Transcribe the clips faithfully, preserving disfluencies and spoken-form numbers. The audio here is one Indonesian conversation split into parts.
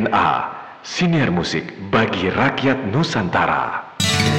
N A, siniar musik bagi rakyat Nusantara.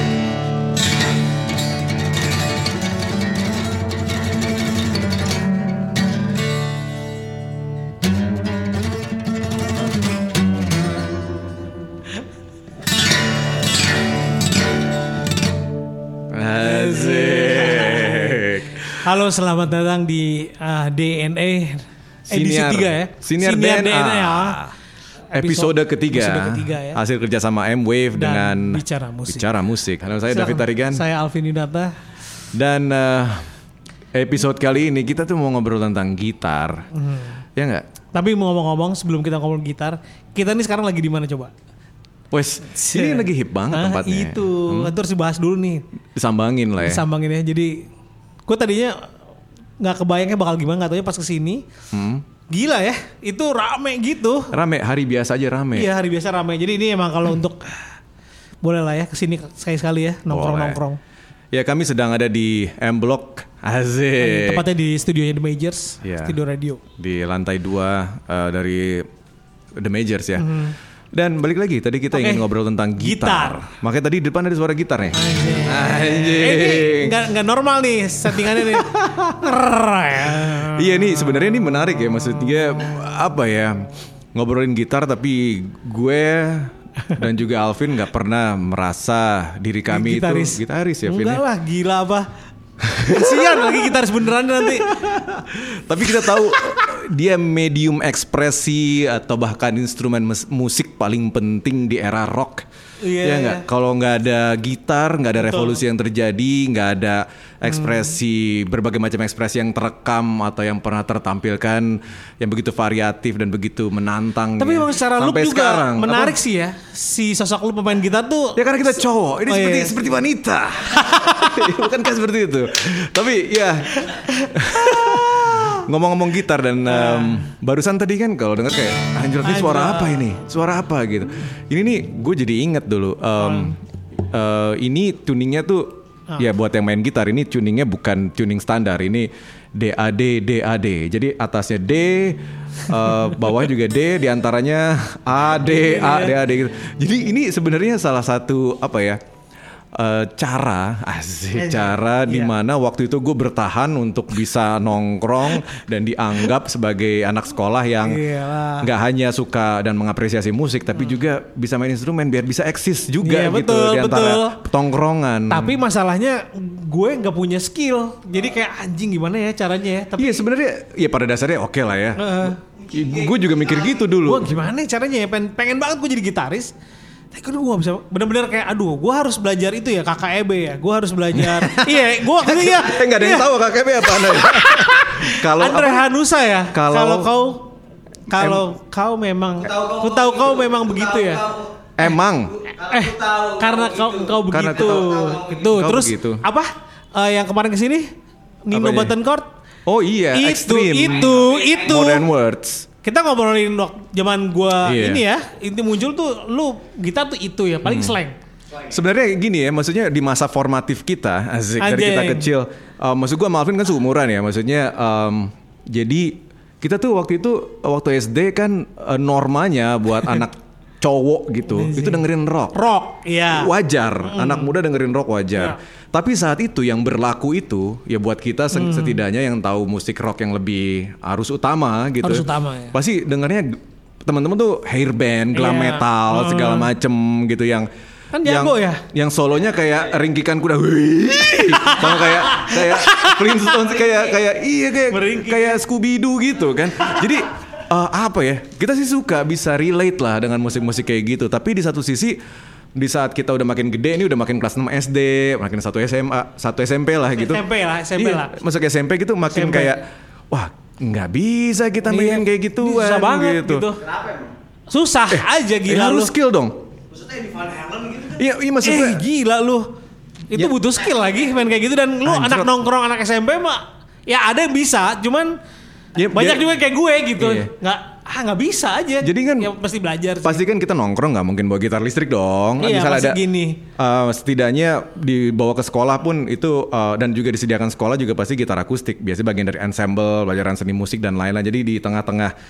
Halo, selamat datang di uh, D N A edisi Siniar, tiga ya. Siniar, Siniar D N A, D N A ya. Episode ketiga, episode ketiga ya. Hasil kerjasama M-Wave Dan dengan Bicara Musik. Bicara Musik. Halo, saya David Tarigan. Saya Alvin Yudata. Dan uh, episode kali ini kita tuh mau ngobrol tentang gitar, hmm. ya nggak? Tapi mau ngomong-ngomong, sebelum kita ngomong gitar, kita ini sekarang lagi di mana coba? Wes, ini lagi hip banget nah, tempatnya. Itu, hmm. itu harus dibahas dulu nih. Disambangin lah ya. Disambangin ya. Jadi, gue tadinya nggak kebayangnya bakal gimana, nggak taunya pas kesini. Hmm. Gila ya, itu rame gitu. Rame, hari biasa aja rame. Iya, hari biasa rame. Jadi ini emang kalau untuk boleh lah ya kesini sekali-sekali ya, nongkrong-nongkrong. Ya, kami sedang ada di M Block. Asik. Tepatnya di studionya The Majors, ya, studio radio. Di lantai dua uh, dari The Majors ya. Hmm. Dan balik lagi, tadi kita okay. ingin ngobrol tentang gitar. gitar. Makanya tadi di depan ada suara gitar nih. Anjing. Anjing. Nggak nggak normal nih settingannya nih. Iya nih, sebenarnya ini menarik ya, maksudnya apa ya, ngobrolin gitar tapi gue dan juga Alvin nggak pernah merasa diri kami gitaris. itu gitaris ya, Vin. Enggak lah, gila apa? Kasian lagi gitaris beneran nanti. Tapi kita tahu dia medium ekspresi atau bahkan instrumen musik paling penting di era rock. Iya ya nggak? Kalau nggak ada gitar, nggak ada revolusi yang terjadi, nggak ada ekspresi hmm. berbagai macam ekspresi yang terekam atau yang pernah tertampilkan yang begitu variatif dan begitu menantang. Tapi memang secara look juga sekarang. menarik Apa? sih ya, si sosok lu pemain gitar tuh. Ya karena kita cowok, ini oh, seperti iya. seperti wanita. Bukankah seperti itu? Tapi ya. Ngomong-ngomong gitar dan um, barusan tadi kan kalau dengar kayak anjir, ini suara apa ini? Suara apa gitu. Ini nih gue jadi inget dulu um, uh, ini tuningnya tuh uh. ya buat yang main gitar ini tuningnya bukan tuning standar, ini D A D D A D. Jadi atasnya D, uh, bawahnya juga D, diantaranya A D A D A D gitu. Jadi ini sebenarnya salah satu apa ya? Uh, cara asik cara yeah. dimana waktu itu gue bertahan untuk bisa nongkrong dan dianggap sebagai anak sekolah yang nggak hanya suka dan mengapresiasi musik tapi hmm. juga bisa main instrumen biar bisa eksis juga yeah, gitu betul, di antara betul. tongkrongan. Tapi masalahnya gue nggak punya skill, jadi kayak anjing gimana ya caranya ya. Tapi iya sebenarnya ya pada dasarnya oke okay lah ya. Uh, gue juga mikir gitu dulu. Gue gimana caranya ya, pengen, pengen banget gue jadi gitaris. Tapi gue gak bisa, bener-bener kayak aduh gue harus belajar itu ya K K E B ya. Gue harus belajar. Iya gue waktu itu ya. Eh gak ada yang iya. tahu K K E B apa anda ya. Kalau Andre apa? Hanusa ya. Kalau kau Kalau em- kau memang ku tahu kau memang begitu ya. Emang Eh karena kau kau begitu itu terus begitu. Apa uh, yang kemarin kesini Nino Buttoncourt. Oh iya itu, Extreme itu itu Modern Words. Kita ngobrolin waktu zaman gua yeah. ini ya, inti muncul tuh lu gitar tuh itu ya, paling hmm. slang. Sebenarnya gini ya, maksudnya di masa formatif kita, asik Anjay. Dari kita kecil, uh, maksud gua Malvin kan seumuran ya, maksudnya um, jadi kita tuh waktu itu waktu S D kan uh, normanya buat anak cowok gitu, itu dengerin rock. Rock, iya. Wajar, mm. anak muda dengerin rock wajar. Yeah. Tapi saat itu yang berlaku itu ya buat kita hmm. setidaknya yang tahu musik rock yang lebih arus utama gitu. Arus utama ya. Pasti dengarnya teman-teman tuh hair band, glam yeah. metal hmm. segala macem gitu yang kan jago yang, ya. Yang solonya kayak ringkikan kuda. Sama kayak kayak Flintstones kayak kayak iya kayak Meringkik. Kayak Scooby Doo gitu kan. Jadi uh, apa ya? Kita sih suka bisa relate lah dengan musik-musik kayak gitu, tapi di satu sisi di saat kita udah makin gede, ini udah makin kelas enam S D, makin satu S M A, satu S M P lah gitu. S M P lah, S M P iya, lah. Masuk S M P gitu makin S M P. Kayak, wah nggak bisa kita main kayak gituan. Susah banget gitu. gitu. Susah eh, aja gila eh, lu. Harus skill dong. Maksudnya di Van Halen gitu. Iya, iya maksudnya. Eh gila lu. Itu ya. Butuh skill lagi main kayak gitu dan lu Anjir. Anak nongkrong anak S M P mah ya ada yang bisa, cuman ya, banyak ya, juga kayak gue gitu. Iya. Nggak ah nggak bisa aja. Jadi kan ya, pasti belajar. Sih. Pasti kan kita nongkrong nggak mungkin bawa gitar listrik dong. Iya, misalnya ada gini. Uh, setidaknya dibawa ke sekolah pun itu uh, dan juga disediakan sekolah juga pasti gitar akustik. Biasanya bagian dari ensemble, pelajaran seni musik dan lain-lain. Jadi di tengah-tengah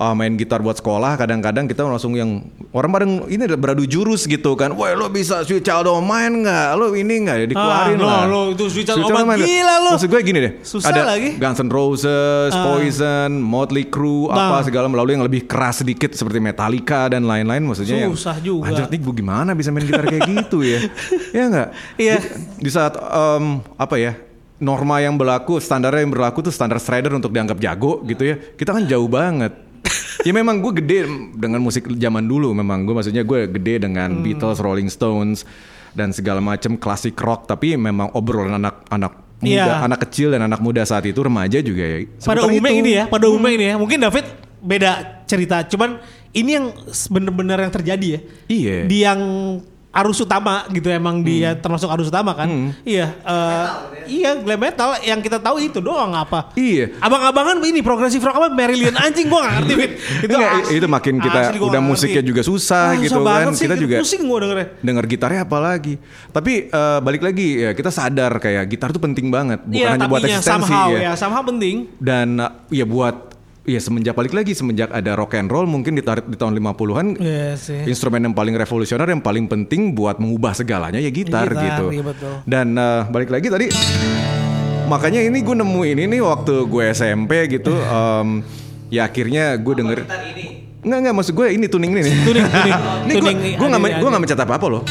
uh, main gitar buat sekolah, kadang-kadang kita langsung yang orang pada ini beradu jurus gitu kan. Wah lo bisa Sweet Child O' Mine nggak? Lo ini nggak? Ya dikeluarin ah, lah. Lo itu Sweet Child O' Mine gila lo. Maksud gue gini deh. Susah ada lagi. Guns N' Roses, uh. Poison, Motley Crue, nah. apa segala melalui yang lebih keras sedikit seperti Metallica dan lain-lain. Maksudnya susah yang, juga. Anjir nih gue gimana bisa main gitar kayak gitu ya? Ya nggak? Iya. Di, di saat um, apa ya? Norma yang berlaku, standarnya yang berlaku tuh standar Strider untuk dianggap jago gitu ya. Kita kan jauh banget. Ya memang gue gede dengan musik zaman dulu. Memang gue maksudnya gue gede dengan hmm. Beatles, Rolling Stones dan segala macam klasik rock. Tapi memang obrolan anak-anak muda, yeah. anak kecil dan anak muda saat itu remaja juga ya. Pada umumnya ini ya, pada umumnya ini ya. Mungkin David beda cerita. Cuman ini yang benar-benar yang terjadi ya. Iya. Di yang arus utama gitu emang hmm. dia termasuk arus utama kan. Hmm. Iya, uh, iya glam metal yang kita tahu itu doang apa. Iya. Abang-abangan ini progressive rock apa Marillion anjing gua enggak ngerti Fit. Itu enggak, itu makin kita udah musiknya juga susah ah, gitu susah kan. Kita sih, juga pusing gua dengernya. Denger gitarnya apa lagi. Tapi uh, balik lagi ya kita sadar kayak gitar tuh penting banget bukan ya, hanya buat eksistensi somehow, ya. ya. Somehow penting. Dan uh, ya buat ya semenjak balik lagi semenjak ada rock and roll mungkin ditarik di tahun lima puluhan yes, yes. instrumen yang paling revolusioner yang paling penting buat mengubah segalanya ya gitar, gitar gitu. Iya betul. Dan uh, balik lagi tadi makanya ini gue nemuin ini waktu gue S M P gitu um, ya akhirnya gue denger Enggak enggak maksud gue ini tuning ini nih. Tuning tuning. Ini gue gue enggak gue enggak mencat apa-apa loh.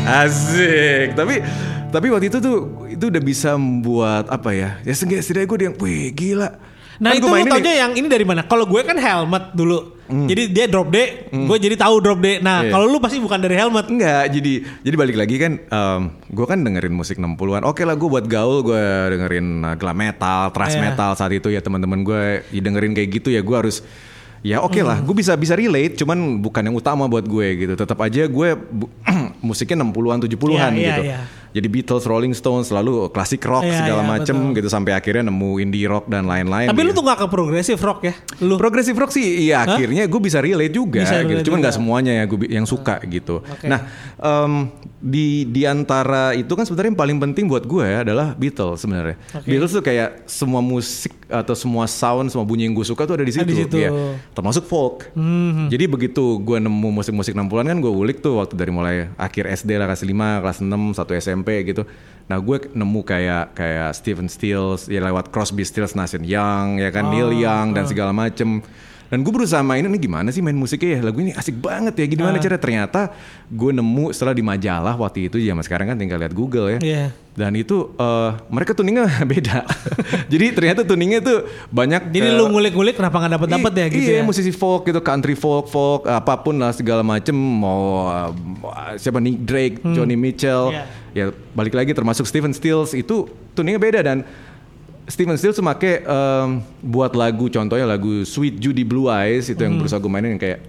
Asik. Tapi tapi waktu itu tuh itu udah bisa membuat apa ya? Ya setidaknya gue yang wih gila. Nah kan itu lu taunya yang ini dari mana? Kalau gue kan Helmet dulu. Mm. Jadi dia drop D, mm. gue jadi tahu drop D. Nah yeah. kalau lu pasti bukan dari Helmet. Enggak, jadi jadi balik lagi kan um, gue kan dengerin musik enam puluhan. Oke lah gue buat gaul gue dengerin uh, glam metal, thrash yeah. metal saat itu ya teman-teman gue dengerin kayak gitu ya gue harus ya oke okay lah, gue bisa bisa relate, cuman bukan yang utama buat gue gitu. Tetap aja gue bu- musiknya enam puluhan tujuh puluhan yeah, gitu. Yeah, yeah. Jadi Beatles, Rolling Stones, lalu klasik rock yeah, segala yeah, macem betul. Gitu sampai akhirnya nemu indie rock dan lain-lain. Tapi gitu. Lu tuh gak ke progressive rock ya? Lu progressive rock sih, iya akhirnya gue bisa relate juga, bisa relate gitu. Cuman nggak semuanya ya gue yang suka hmm. gitu. Okay. Nah um, di di antara itu kan sebenarnya yang paling penting buat gue ya adalah Beatles sebenarnya. Okay. Beatles tuh kayak semua musik atau semua sound, semua bunyi yang gue suka tuh ada di situ. Ada di situ. Ya. Termasuk folk. Hmm. Jadi begitu gue nemu musik-musik enam puluhan kan gue ulik tuh waktu dari mulai akhir S D lah kelas lima, kelas enam, satu S M P gitu. Nah gue nemu kayak kayak Stephen Stills ya lewat Crosby, Stills, Nash and Young ya kan oh, Neil Young dan segala macem. Dan gue berusaha main ini gimana sih main musiknya ya lagu ini asik banget ya gimana uh. cara ternyata gue nemu setelah di majalah waktu itu zaman sekarang kan tinggal lihat Google ya yeah. Dan itu uh, mereka tuningnya beda. Jadi ternyata tuningnya tuh banyak. Jadi uh, lu ngulik-ngulik kenapa nggak dapet dapet ya gitu iya, ya musisi folk gitu country folk folk apapun lah segala macem mau uh, siapa Nick Drake hmm. Johnny Mitchell yeah. Ya balik lagi termasuk Stephen Stills itu tuningnya beda. Dan Stephen Stills tuh make um, buat lagu contohnya lagu Sweet Judy Blue Eyes itu yang hmm. berusaha gue mainin yang kayak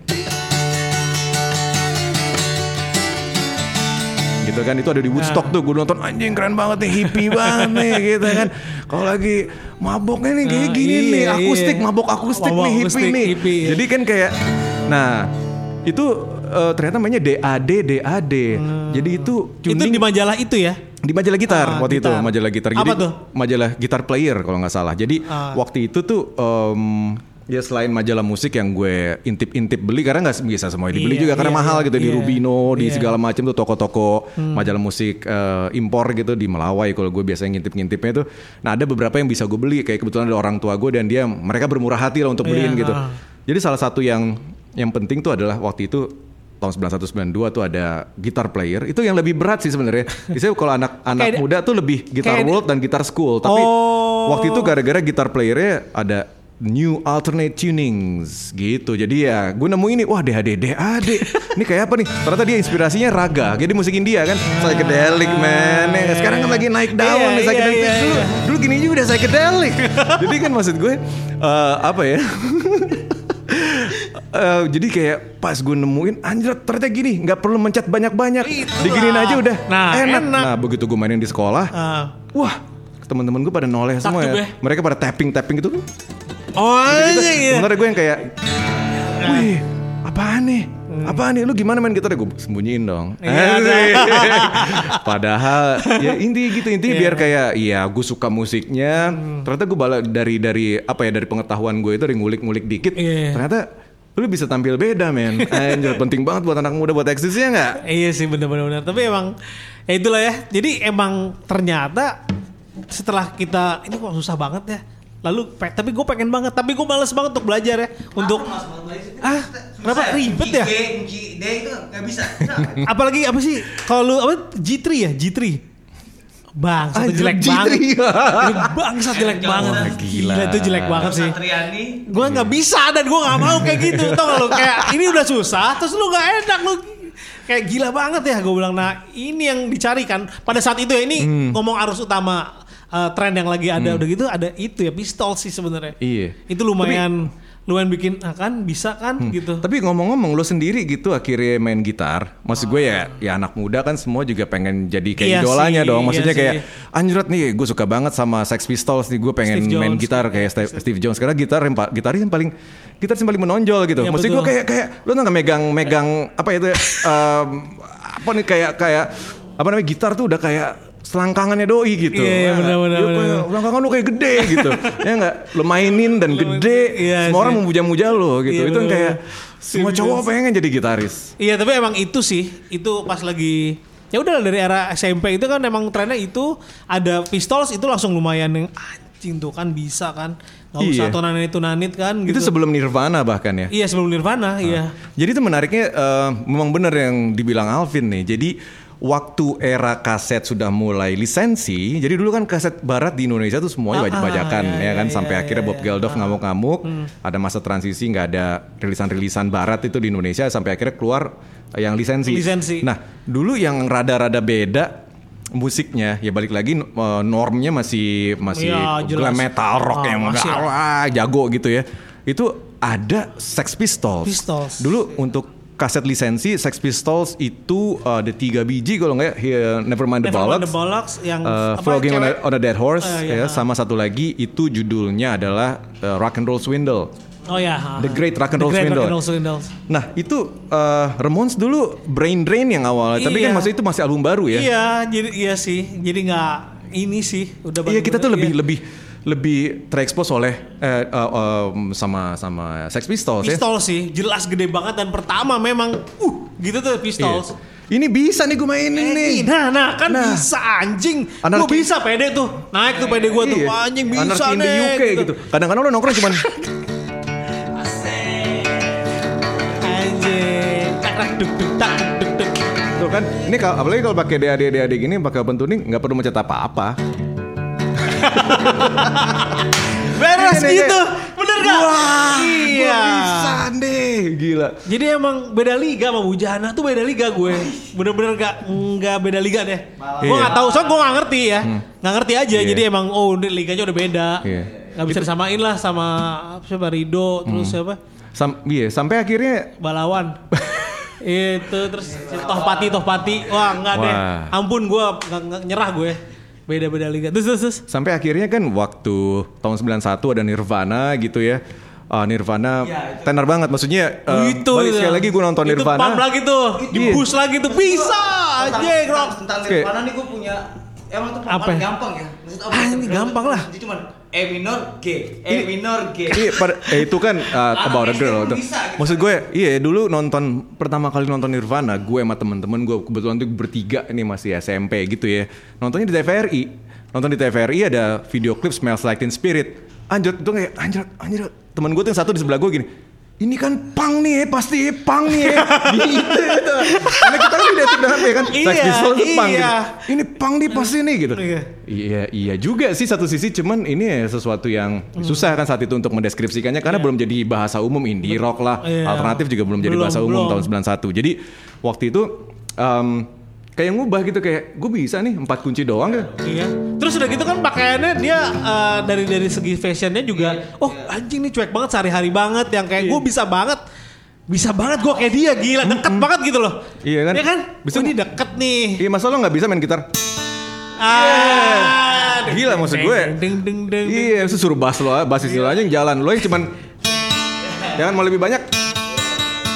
gitu kan itu ada di Woodstock nah. Tuh gue nonton anjing keren banget nih hippie banget nih gitu kan kalau lagi maboknya nih kayak nah, gini iya, nih akustik iya. Mabok akustik mabok nih akustik, hippie nih hippie, iya. Jadi kan kayak nah itu uh, ternyata namanya D A D D A D hmm. Jadi itu tuning, itu di majalah itu ya di majalah gitar ah, waktu gitar. Itu majalah gitar apa jadi tuh? Majalah Guitar Player kalau nggak salah jadi ah. Waktu itu tuh um, ya selain majalah musik yang gue intip-intip beli karena nggak bisa semuanya dibeli iya, juga karena iya, mahal gitu iya, di Rubino di iya. Segala macam tuh toko-toko hmm. majalah musik uh, impor gitu di Melawai kalau gue biasanya ngintip-ngintipnya tuh. Nah ada beberapa yang bisa gue beli kayak kebetulan ada orang tua gue dan dia mereka bermurah hati lah untuk beliin iya, gitu. Ah. Jadi salah satu yang yang penting tuh adalah waktu itu tahun sembilan puluh satu sembilan puluh dua tuh ada Guitar Player itu yang lebih berat sih sebenarnya. Biasanya kalau anak-anak muda tuh lebih Guitar World dan Guitar School. Tapi oh. Waktu itu gara-gara Guitar Player-nya ada New Alternate Tunings gitu. Jadi ya gue nemu ini wah D A D D A D. Ini kayak apa nih? Ternyata dia inspirasinya raga. Jadi musik India kan psychedelic man. Ya, sekarang kan lagi naik daun nih psychedelic. Dulu, dulu gini juga udah psychedelic. Jadi kan maksud gue uh, apa ya? Uh, jadi kayak pas gue nemuin anjir ternyata gini nggak perlu mencet banyak-banyak diginin aja udah nah, enak. enak nah begitu gue mainin di sekolah uh. wah teman-teman gue pada noleh semua ya be. Mereka pada tapping-tapping gitu oh iya sementara gue yang kayak wih apaan nih hmm. apaan nih lu gimana main gitar gue sembunyiin dong iya, padahal ya inti gitu inti yeah. Biar kayak iya gue suka musiknya hmm. Ternyata gue bala dari dari apa ya dari pengetahuan gue itu dari ngulik-ngulik dikit yeah. Ternyata lu bisa tampil beda men. Anjir, penting banget buat anak muda buat eksisnya nggak? Iya sih benar-benar. Tapi emang ya itulah ya. Jadi emang ternyata setelah kita ini kok susah banget ya. Lalu pe, tapi gue pengen banget. Tapi gue males banget untuk belajar ya. Untuk ah kenapa ribet ya? G, G, D itu nggak bisa. Apalagi apa sih? Kalau lu apa G tiga ya G tiga. Bangsat itu jelek G tiga. banget. Ini bangsat jelek banget. Gila. Gila itu jelek banget sih. Satriani. Gue nggak bisa dan gue nggak mau kayak gitu. Tau gak lu kayak ini udah susah, terus lu nggak enak lu kayak gila banget ya. Gue bilang nah ini yang dicari kan pada saat itu ya ini hmm. ngomong arus utama uh, tren yang lagi ada hmm. udah gitu ada itu ya pistol sih sebenarnya. Iya. Itu lumayan. Tapi, lumayan bikin ah kan bisa kan hmm. gitu. Tapi ngomong-ngomong lo sendiri gitu akhirnya main gitar. Maksud gue ya ya anak muda kan semua juga pengen jadi kayak iya idolanya sih, dong. Maksudnya iya kayak sih. anjrot nih gue suka banget sama Sex Pistols nih, gue pengen main gitar kayak Steve, Steve Jones karena gitar yang gitaris yang paling gitar yang paling menonjol gitu. Ya, maksudnya gue kayak kayak lo tuh nggak megang megang apa itu um, apa nih kayak kayak apa namanya gitar tuh udah kayak selangkangannya doi gitu. Iya, iya benar-benar. Selangkangan lu kayak gede gitu. Ya enggak, lo mainin dan gede. Iya, semua sih. Orang memuja-muja lo gitu. Iya, itu kan kayak semua cowok pengen jadi gitaris. Iya, tapi emang itu sih, itu pas lagi ya udah dari era S M P itu kan emang trennya itu ada Pistols itu langsung lumayan yang anjing tuh kan bisa kan. Enggak usah iya. tonanit-tonanit kan gitu. Itu sebelum Nirvana bahkan ya. Iya, sebelum Nirvana, nah. Iya. Jadi itu menariknya uh, memang benar yang dibilang Alvin nih. Jadi waktu era kaset sudah mulai lisensi, jadi dulu kan kaset barat di Indonesia tuh semuanya wajib bajakan ah, iya, ya kan iya, sampai iya, akhirnya Bob Geldof ah, ngamuk-ngamuk, hmm. ada masa transisi nggak ada rilisan-rilisan barat itu di Indonesia sampai akhirnya keluar yang lisensi. lisensi. Nah dulu yang rada-rada beda musiknya ya balik lagi normnya masih masih ya, glam metal rock ah, yang wah jago gitu ya. Itu ada Sex Pistols. Pistols. Dulu untuk kaset lisensi Sex Pistols itu uh, ada tiga biji kalau nggak ya, Nevermind the Bollocks, the Bollocks yang uh, Flogging on a, on a Dead Horse uh, iya. ya, sama satu lagi itu judulnya adalah uh, Rock and Roll Swindle. Oh ya, The Great Rock and Roll Swindle. Swindle. Nah itu uh, Ramones dulu Brain Drain yang awalnya, iya. Tapi kan masih itu masih album baru ya. Iya, jadi iya sih, jadi nggak ini sih udah. Iya kita tuh iya. lebih lebih lebih terekspos oleh eh, uh, um, sama sama Sex Pistols, Pistols ya. sih, jelas gede banget dan pertama memang uh gitu tuh Pistols. Iya. Ini bisa nih gue mainin eh, nih. Nah, nah kan nah. bisa anjing. Gue bisa pede tuh. Naik tuh pede gue tuh. Iya. Anjing bisa nih. Anarki in the U K gitu. gitu. Kadang-kadang lo nongkrong cuman anjing. Tak tak duk duk tak duk duk. Tuh kan, ini kalau apalagi kalau pakai D A D D A D gini pakai open tuning nggak perlu mencet apa-apa. Beres ini, gitu, ini. bener gak? Wah, iya. Bisa deh, gila. Jadi emang beda liga sama Bujana tuh beda liga gue. Bener-bener gak nggak beda liga deh. Gue iya. nggak tahu, soalnya gue nggak ngerti ya, nggak hmm. ngerti aja. Iya. Jadi emang oh liganya udah beda. Iya. Gak bisa disamain lah sama siapa Rido, terus hmm. siapa? Sam, iya, sampai akhirnya Balawan. Itu terus Tohpati Tohpati. Wah nggak deh. Ampun gue nggak nyerah gue. Beda-beda liga. Terus, terus, terus. Sampai akhirnya kan waktu tahun sembilan puluh satu ada Nirvana gitu ya. Uh, Nirvana ya, tenar banget. Maksudnya uh, itu, balik sekali lagi gue nonton itu Nirvana. Itu pump lagi tuh. Dibus yeah. lagi tuh. Bisa aja rock. Tentang Nirvana nih gue punya. Emang tuh paling gampang ya. Ah ini gampang lah. Jadi cuman E minor G, E minor G. Iya, pada, eh, itu kan uh, About a Girl. Bisa, gitu. Maksud gue, iya dulu nonton pertama kali nonton Nirvana, gue sama temen-temen gue kebetulan tuh bertiga ini masih S M P gitu ya. Nontonnya di T V R I. Nonton di T V R I ada video klip Smells Like Teen Spirit. Anjir, itu kayak anjir, anjir. Temen gue tuh yang satu di sebelah gue gini. Ini kan punk nih, pasti punk nih. Gitu itu. Karena kita kan identik dengan ya kan, Sex Pistols itu punk gitu. Ini punk nih pasti nih gitu. Iya. iya, iya juga sih satu sisi, cuman ini ya sesuatu yang hmm. susah kan saat itu untuk mendeskripsikannya karena yeah. belum jadi bahasa umum, indie rock lah, yeah. alternatif juga belum jadi belum, bahasa umum belum. Tahun sembilan puluh satu. Jadi waktu itu um, kayak ngubah gitu, kayak gue bisa nih empat kunci doang ya. Iya. Terus udah gitu kan pakaiannya dia uh, dari dari segi fashionnya juga, yeah, oh yeah. anjing nih cuek banget sehari-hari banget yang kayak yeah. gue bisa banget, bisa banget gue kayak dia gila deket mm-hmm. banget gitu loh. Iya kan? Iya kan? Bisa oh, ini deket nih. Iya masa lo nggak bisa main gitar? Ah, yeah. Gila maksud gue. Ding ding ding. Iya, suruh bass lo, basis lo aja yang jalan, lo yang cuman, jangan mau lebih banyak.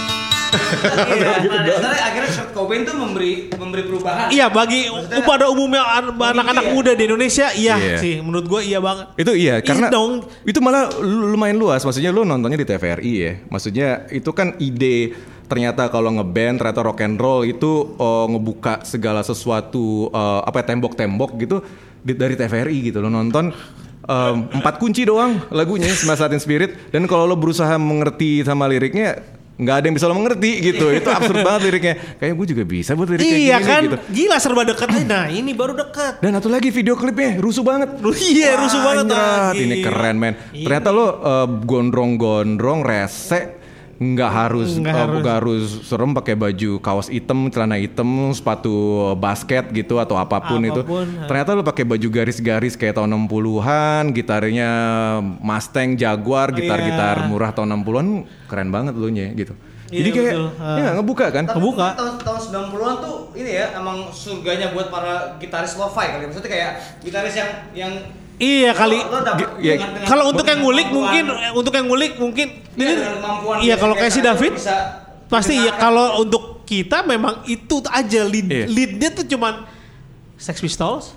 Iya, pada dasarnya akhirnya Kurt Cobain tuh memberi memberi perubahan. Iya, bagi Maksudnya, pada umumnya an- anak-anak iya. muda di Indonesia, iya Iya. sih, menurut gue iya banget. Itu iya, karena dong. itu malah lumayan luas. Maksudnya lu nontonnya di T V R I ya. Maksudnya itu kan ide ternyata kalau ngeband ternyata rock and roll itu uh, ngebuka segala sesuatu uh, apa ya, tembok-tembok gitu di, dari T V R I gitu. Lo nonton um, empat kunci doang lagunya Smash in Spirit, dan kalau lo berusaha mengerti sama liriknya nggak ada yang bisa lo mengerti gitu. Itu absurd banget liriknya. Kayak gue juga bisa buat lirik kayak Iya gini kan, gitu. gila serba dekat. Nah ini baru dekat. Dan satu lagi video klipnya rusuh banget. Iya, rusuh banget. Anjrat, Ah, ini gila. keren men. Ternyata lo uh, gondrong-gondrong rese, nggak harus Nggak uh, harus. nggak harus serem pakai baju kaos hitam, celana hitam, sepatu basket gitu atau apapun, itu. Apapun. Ternyata lo pakai baju garis-garis kayak tahun enam puluhan, gitarnya Mustang, Jaguar, gitar-gitar Iya. murah tahun enam puluhan, keren banget lo nya gitu. Iya, Jadi kayak betul. Ah. ya ngebuka kan? Tapi Kebuka. tahun tahun sembilan puluhan tuh ini ya emang surganya buat para gitaris lo-fi kali. Maksudnya kayak gitaris yang yang Iya kali. lo, lo dapet Ya, dengan- dengan- Kalau untuk yang dengan ngulik kemampuan- mungkin, untuk yang ngulik mungkin. Iya, ini- dengan kemampuan Iya kalau basic kayak si mereka David, bisa pasti ya. mendengarkan. Kalau untuk kita memang itu aja lead, Iya. leadnya tuh cuman Sex Pistols,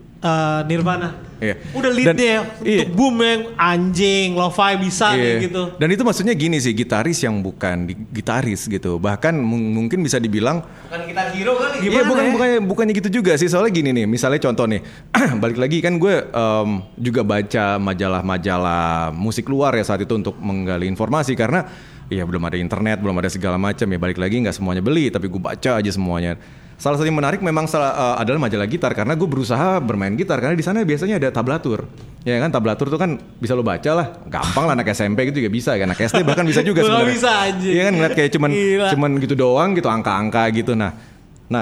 uh, Nirvana. Iya. Udah leadnya ya, Dan- untuk iya. boom yang anjing, lo-fi bisa Iya. nih gitu. Dan itu maksudnya gini sih, gitaris yang bukan di- gitaris gitu. Bahkan mung- mungkin bisa dibilang bukan gitar hero kali. Gimana iya bukan ya? bukannya bukannya gitu juga sih. Soalnya gini nih, misalnya contoh nih, balik lagi kan gue em, juga baca majalah-majalah musik luar ya saat itu untuk menggali informasi, karena ya belum ada internet, belum ada segala macam ya. Balik lagi nggak semuanya beli, tapi gue baca aja semuanya. Salah satu yang menarik memang salah, eh, adalah majalah gitar, karena gue berusaha bermain gitar karena di sana biasanya ada tablatur. Ya kan, tablatur tuh kan bisa lo baca lah, gampang lah, anak S M P gitu juga bisa, anak S D bahkan bisa juga Gua nggak sebenarnya. bisa, anjing. Iya kan, ngeliat kayak cuman Gila. cuman gitu doang gitu, angka-angka gitu. Nah, nah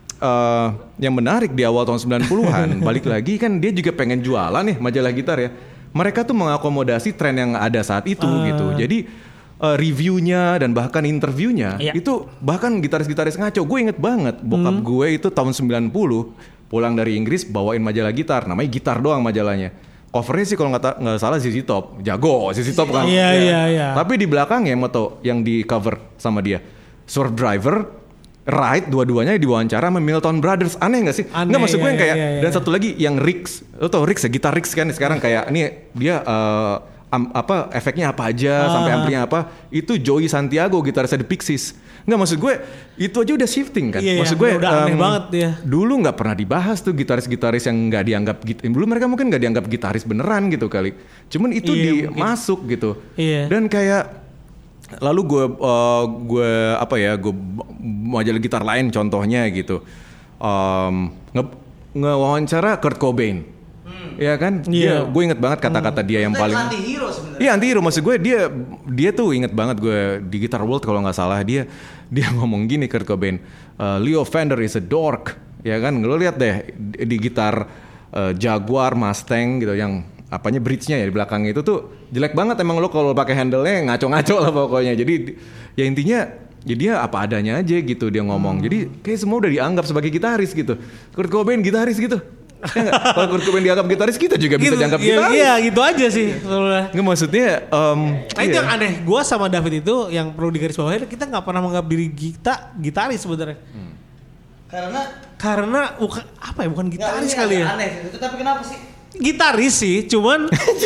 eh, yang menarik di awal tahun sembilan puluhan balik lagi kan dia juga pengen jualan nih majalah gitar ya. Mereka tuh mengakomodasi tren yang ada saat itu Ah. gitu. Jadi uh, reviewnya dan bahkan interviewnya Iya. itu bahkan gitaris-gitaris ngaco. Gue inget banget bokap Hmm. gue itu tahun sembilan puluh pulang dari Inggris bawain majalah gitar, namanya Gitar doang majalahnya. Covernya sih kalau nggak ta- nggak salah Z Z Top, jago Z Z Top kan. Iya, iya, iya. Tapi di belakangnya moto yang di cover sama dia, Swerve Driver, Ride, dua-duanya diwawancara sama Milton Brothers. Aneh nggak sih? Aneh, Nggak, maksud gue iya, yang kayak iya, iya, dan iya. satu lagi yang Rix, lo tau Rix ya, gitar Rix kan sekarang kayak ini dia eh, am- apa efeknya apa aja, Ah. sampai amplinya apa, itu Joey Santiago gitarisnya The Pixies. Nggak, maksud gue itu aja udah shifting kan. Iya, maksud iya, gue udah aneh em, banget ya. dulu nggak pernah dibahas tuh gitaris-gitaris yang nggak dianggap git- dulu mereka mungkin nggak dianggap gitaris beneran gitu kali. Cuman itu Iya, mungkin. dimasuk gitu. Iya. Dan kayak lalu gue uh, gue apa ya gue majalah gitar lain contohnya gitu um, nge ngewawancara Kurt Cobain, ya kan? Iya. Dia, gue inget banget kata-kata dia yang paling anti hero sebenarnya. iya anti hero, maksud gue dia dia tuh inget banget gue di Guitar World kalau nggak salah dia dia ngomong gini Kurt Cobain, "Uh, Leo Fender is a dork," ya kan? Lo lihat deh di, di gitar uh, Jaguar, Mustang gitu yang apanya bridge-nya ya di belakang itu tuh jelek banget emang lo kalau pakai handle-nya ngaco-ngaco lah pokoknya. Jadi ya intinya ya dia apa adanya aja gitu dia ngomong. Jadi kayak semua udah dianggap sebagai gitaris gitu. Kurt Cobain gitaris gitu. Ya nggak? Kalau Kurt Cobain dianggap gitaris kita juga bisa Gitu, dianggap iya, gitaris. iya, gitu aja sih sebenarnya. Nggak, maksudnya um, Nah itu iya. yang aneh, gue sama David itu yang perlu digarisbawahi, kita nggak pernah menganggap diri kita gitaris sebenarnya. Karena Karena bukan apa ya, bukan nggak, gitaris ini kali ya. agak Aneh sih. Tapi kenapa sih? Gitaris sih, cuman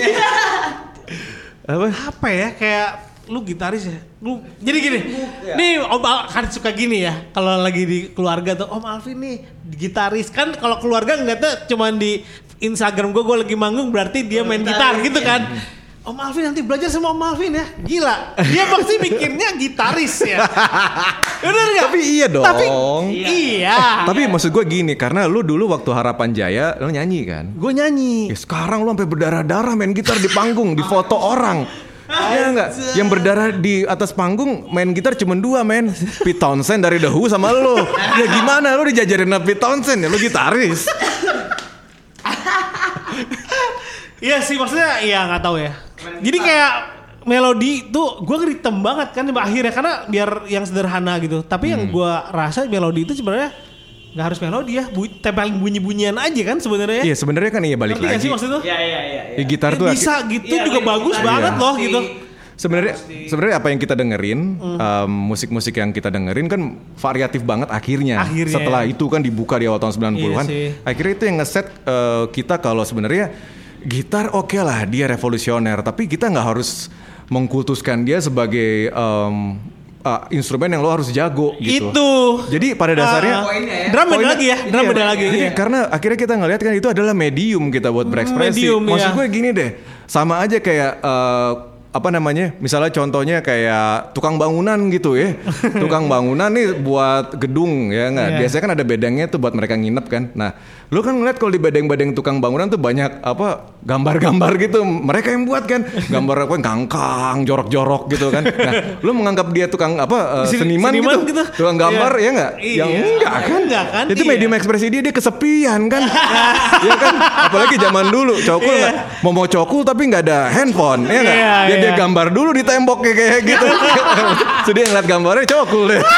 apa? apa ya, kayak lu gitaris ya. Lu jadi gini. Ya. Nih Om Al kan suka gini ya. Kalau lagi di keluarga tuh Om Alvin nih gitaris. Kan kalau keluarga ngeliatnya cuman di Instagram gue gue lagi manggung berarti dia main gitar gitaris, gitu ya. kan. Om Alvin nanti belajar sama Om Alvin ya. Gila. Dia pasti mikirnya gitaris ya. Bener gak? Tapi iya dong. Tapi iya. Tapi maksud gue gini, karena lu dulu waktu Harapan Jaya lu nyanyi kan. Gue nyanyi. Ya sekarang lu sampai berdarah-darah main gitar di panggung, di foto orang. Ya enggak? Yang berdarah di atas panggung main gitar cuma dua men. Pete Townshend dari The Who sama lu. Ya gimana lu dijajarin sama Pete Townshend ya lu gitaris. Iya sih, maksudnya ya nggak tahu ya. Jadi kayak melodi tuh gue ngeritem banget kan akhirnya karena biar yang sederhana gitu. Tapi yang gue rasa melodi itu sebenarnya nggak harus melodi ya, bu- tempelin bunyi-bunyian aja kan sebenarnya. Iya sebenarnya kan iya balik Ngerti nggak lagi. sih maksud tuh? Iya iya iya. Ya, gitar Ya tuh bisa gitu Iya, juga iya, bagus gitar banget iya. loh Si- gitu. sebenarnya sebenarnya apa yang kita dengerin, mm. um, musik-musik yang kita dengerin kan variatif banget akhirnya. akhirnya Setelah ya. itu kan dibuka di awal tahun sembilan puluhan. Iya akhirnya itu yang ngeset uh, kita kalau sebenarnya gitar oke okay lah dia revolusioner, tapi kita nggak harus mengkultuskan dia sebagai um, uh, instrumen yang lo harus jago gitu. Itu. Jadi pada dasarnya uh, ya. drum beda lagi ya, drum iya, beda lagi. Jadi iya. karena akhirnya kita ngelihat kan itu adalah medium kita buat berekspresi. Medium, Maksud ya. gue gini deh, sama aja kayak uh, apa namanya? Misalnya contohnya kayak tukang bangunan gitu ya. Tukang bangunan nih buat gedung ya nggak. Yeah. Biasanya kan ada bedengnya tuh buat mereka nginep kan. Nah, lu kan ngeliat kalau di bedeng-bedeng tukang bangunan tuh banyak apa gambar-gambar gitu. Mereka yang buat kan gambar apa kangkang, jorok-jorok gitu kan. Nah, lu menganggap dia tukang apa uh, seniman, seniman gitu. gitu. Tukang gambar Iya. ya nggak? Iya. Yang enggak kan? Enggak kan? Itu Iya. medium ekspresi dia dia kesepian kan. Ya kan? Apalagi zaman dulu cokul Iya. nggak mau mau cokul tapi nggak ada handphone ya nggak? Iya, Ya dia iya. gambar dulu di tembok kayak kayak gitu. Sedih ngeliat gambarnya cokul deh.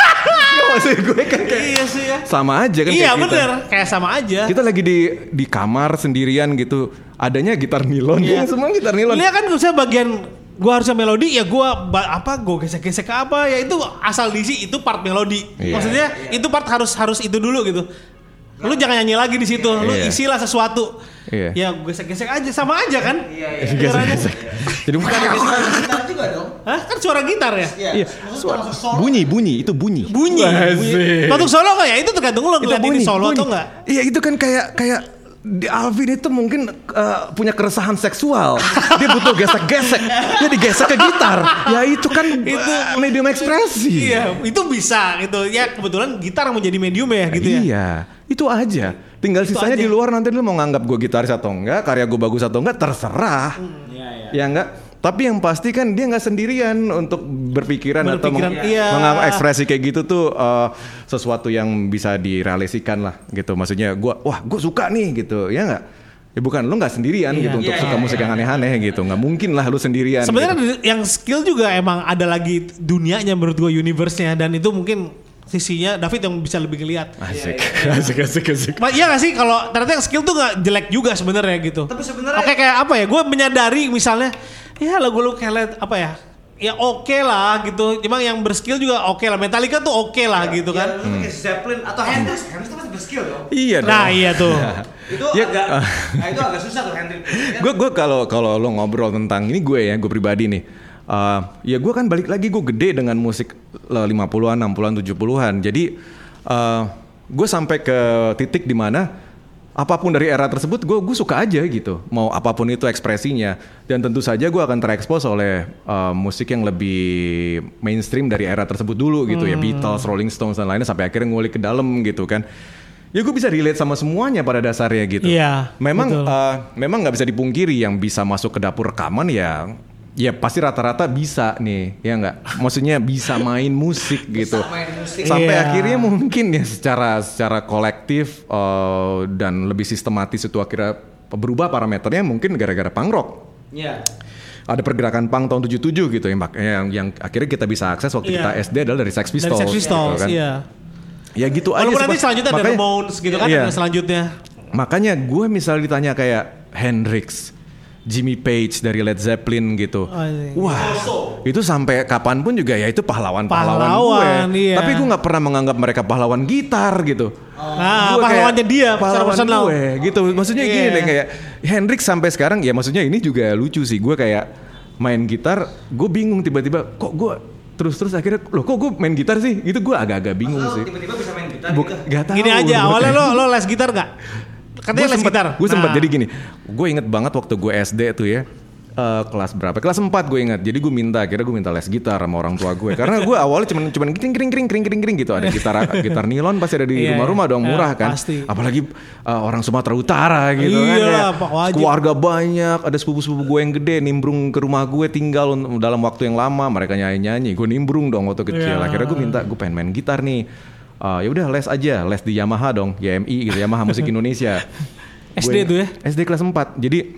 Ya, maksud gue kan kayak Iya sih ya. sama aja kan Iya kayak kita. bener, kayak sama aja. Kita lagi di di kamar sendirian gitu. Adanya gitar nilon, Iya. ya, semua gitar nilon. Lihat kan misalnya bagian gua harusnya melodi ya gua ba- apa gua gesek-gesek ke apa ya itu asal diisi itu part melodi. Iya. Maksudnya itu part harus harus itu dulu gitu. Lu jangan nyanyi lagi di situ, lu Iya. isilah sesuatu. Iya. Ya gesek-gesek aja sama aja kan? Iya, iya. Gesek-gesek. Jadi bukan Gitar juga dong. Hah? Kan suara gitar ya? Iya. Iya. Maksudnya termasuk solo. bunyi bunyi itu bunyi. Bunyi. bunyi. Untuk solo nggak ya? Itu tergantung lu ngeliat ini solo atau enggak. Iya itu kan kayak kayak di Alvin itu mungkin uh, punya keresahan seksual. Dia butuh gesek-gesek. Dia digesek ke gitar. Ya itu kan itu uh, medium ekspresi. Iya, itu bisa gitu. Ya kebetulan gitar menjadi medium ya gitu ya. Iya, itu aja. Tinggal Itu sisanya aja. di luar nanti lu mau nganggap gue gitaris atau enggak, karya gue bagus atau enggak, terserah. Iya, iya. Ya enggak? Tapi yang pasti kan dia nggak sendirian untuk berpikiran, atau Berpikiran, meng- iya. menganggap ekspresi kayak gitu tuh uh, sesuatu yang bisa direalisasikan lah gitu. Maksudnya gue, wah gue suka nih gitu, ya nggak? Ya bukan, lu nggak sendirian Iya. gitu untuk Iya, suka iya, musik iya. yang aneh-aneh gitu. Nggak mungkin lah lu sendirian. Sebenarnya gitu. yang skill juga emang ada lagi dunianya menurut gua universe-nya dan itu mungkin sisinya David yang bisa lebih ngeliat. Asik, asik, asik, asik. Ma- Iya gak sih kalau ternyata yang skill tuh gak jelek juga sebenarnya gitu. Tapi sebenarnya- Oke kayak apa ya? Gue menyadari misalnya ya lagu lu kayak apa ya? Ya oke lah gitu. Cuma yang berskill juga oke lah. Metallica tuh oke lah gitu Ya, kan. lu kayak Zeppelin atau Hendrix. Hendrix tuh masih berskill dong. Iya dong. Nah iya tuh. Itu Ya, agak uh, nah, itu agak susah tuh Hendrix. Gue gue kalau kalau lo ngobrol tentang ini gue ya, gue pribadi nih. Uh, ya gue kan balik lagi gue gede dengan musik lima puluhan, enam puluhan, tujuh puluhan. Jadi uh, gue sampai ke titik di mana apapun dari era tersebut gue gue suka aja gitu. Mau apapun itu ekspresinya, dan tentu saja gue akan terekspos oleh uh, musik yang lebih mainstream dari era tersebut dulu gitu ya, Beatles, Rolling Stones dan lainnya, sampai akhirnya ngulik ke dalam gitu kan. Ya gue bisa relate sama semuanya pada dasarnya gitu. Iya, Memang betul. uh, memang nggak bisa dipungkiri yang bisa masuk ke dapur rekaman ya ya pasti rata-rata bisa nih, ya nggak? Maksudnya bisa main musik gitu. main musik. Sampai Iya. akhirnya mungkin ya secara secara kolektif uh, dan lebih sistematis itu akhirnya berubah parameternya mungkin gara-gara punk rock. Iya. Ada pergerakan punk tahun tujuh puluh tujuh gitu yang, yang yang akhirnya kita bisa akses waktu Iya. kita S D adalah dari Sex Dari Pistols. Sex Pistols, gitu kan. iya. Ya gitu aja. Walaupun nanti seba- selanjutnya ada makanya- Ramones gitu kan iya. ada selanjutnya. Makanya gue misalnya ditanya kayak Hendrix, Jimmy Page dari Led Zeppelin gitu. Oh, iya. Wah, itu sampai kapanpun juga ya itu pahlawan-pahlawan Pahlawan, gue. iya. Tapi gue nggak pernah menganggap mereka pahlawan gitar gitu. Nah, Gue pahlawannya kayak dia secara pahlawan personal. gue gitu. Maksudnya Iya. gini deh, kayak Hendrix sampai sekarang ya maksudnya ini juga lucu sih. Gue kayak main gitar, gue bingung tiba-tiba kok gue terus-terus akhirnya loh kok gue main gitar sih? Itu gue agak-agak bingung Lo sih. tiba-tiba bisa main gitar Buk, gitu. gak tahu. Gini aja awalnya lo lo les gitar gak? Katanya les gitar. Gue sempat Nah. jadi gini. Gue inget banget waktu gue S D tuh ya. eh, kelas berapa? Kelas empat gue ingat. Jadi gue minta, akhirnya gue minta les gitar sama orang tua gue. Karena gue awalnya cuman cuman kring kring kring kring kring kring gitu. Ada gitar gitar nilon pasti ada di Iya, rumah-rumah dong, iya, murah kan. pasti. Apalagi eh, orang Sumatera Utara gitu kan. Iyalah, ya. Pak, wajib. Keluarga banyak, ada sepupu-sepupu gue yang gede nimbrung ke rumah gue tinggal un- dalam waktu yang lama. Mereka nyanyi-nyanyi. Gue nimbrung dong waktu kecil. Iya. Akhirnya gue minta, gue pengen main gitar nih. Eh, ya udah les aja, les di Yamaha dong, Y M I gitu, Yamaha Musik Indonesia. S D Gue- tuh ya? S D kelas empat. Jadi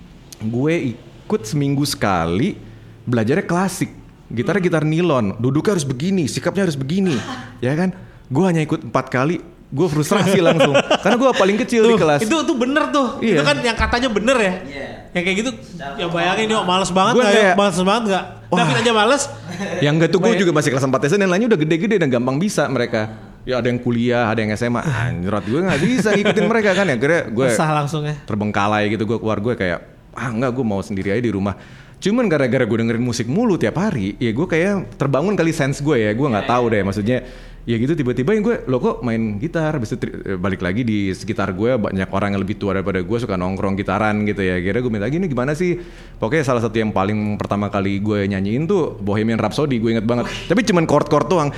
gue ikut seminggu sekali belajarnya klasik. Gitarnya gitar nilon, duduknya harus begini, sikapnya harus begini. Ya kan? Gue hanya ikut empat kali, gue frustrasi langsung. Karena gue paling kecil di Tuh, kelas. Itu tuh bener tuh. Iya. Itu kan yang katanya bener ya. Iya. Yang kayak gitu. Ya bayangin yuk males banget Gua gak ya? kayak- Males banget gak? David aja males. Yang enggak tuh gue juga masih kelas empat S D dan lainnya udah gede-gede dan gampang bisa mereka. Ya ada yang kuliah, ada yang S M A. Anjrot gue gak bisa ngikutin mereka kan ya. Akhirnya gue Resah langsung ya. terbengkalai gitu. Gue keluar gue kayak, ah enggak gue mau sendiri aja di rumah. Cuman gara-gara gue dengerin musik mulu tiap hari, ya gue kayak terbangun kali sense gue ya. Gue gak tahu deh maksudnya. Ya gitu tiba-tiba yang gue, lo kok main gitar, habis itu tri- balik lagi di sekitar gue banyak orang yang lebih tua daripada gue suka nongkrong gitaran gitu ya. Kira gue minta gini gimana sih? Pokoknya salah satu yang paling pertama kali gue nyanyiin tuh Bohemian Rhapsody, gue inget banget. Tapi cuman chord-chord doang.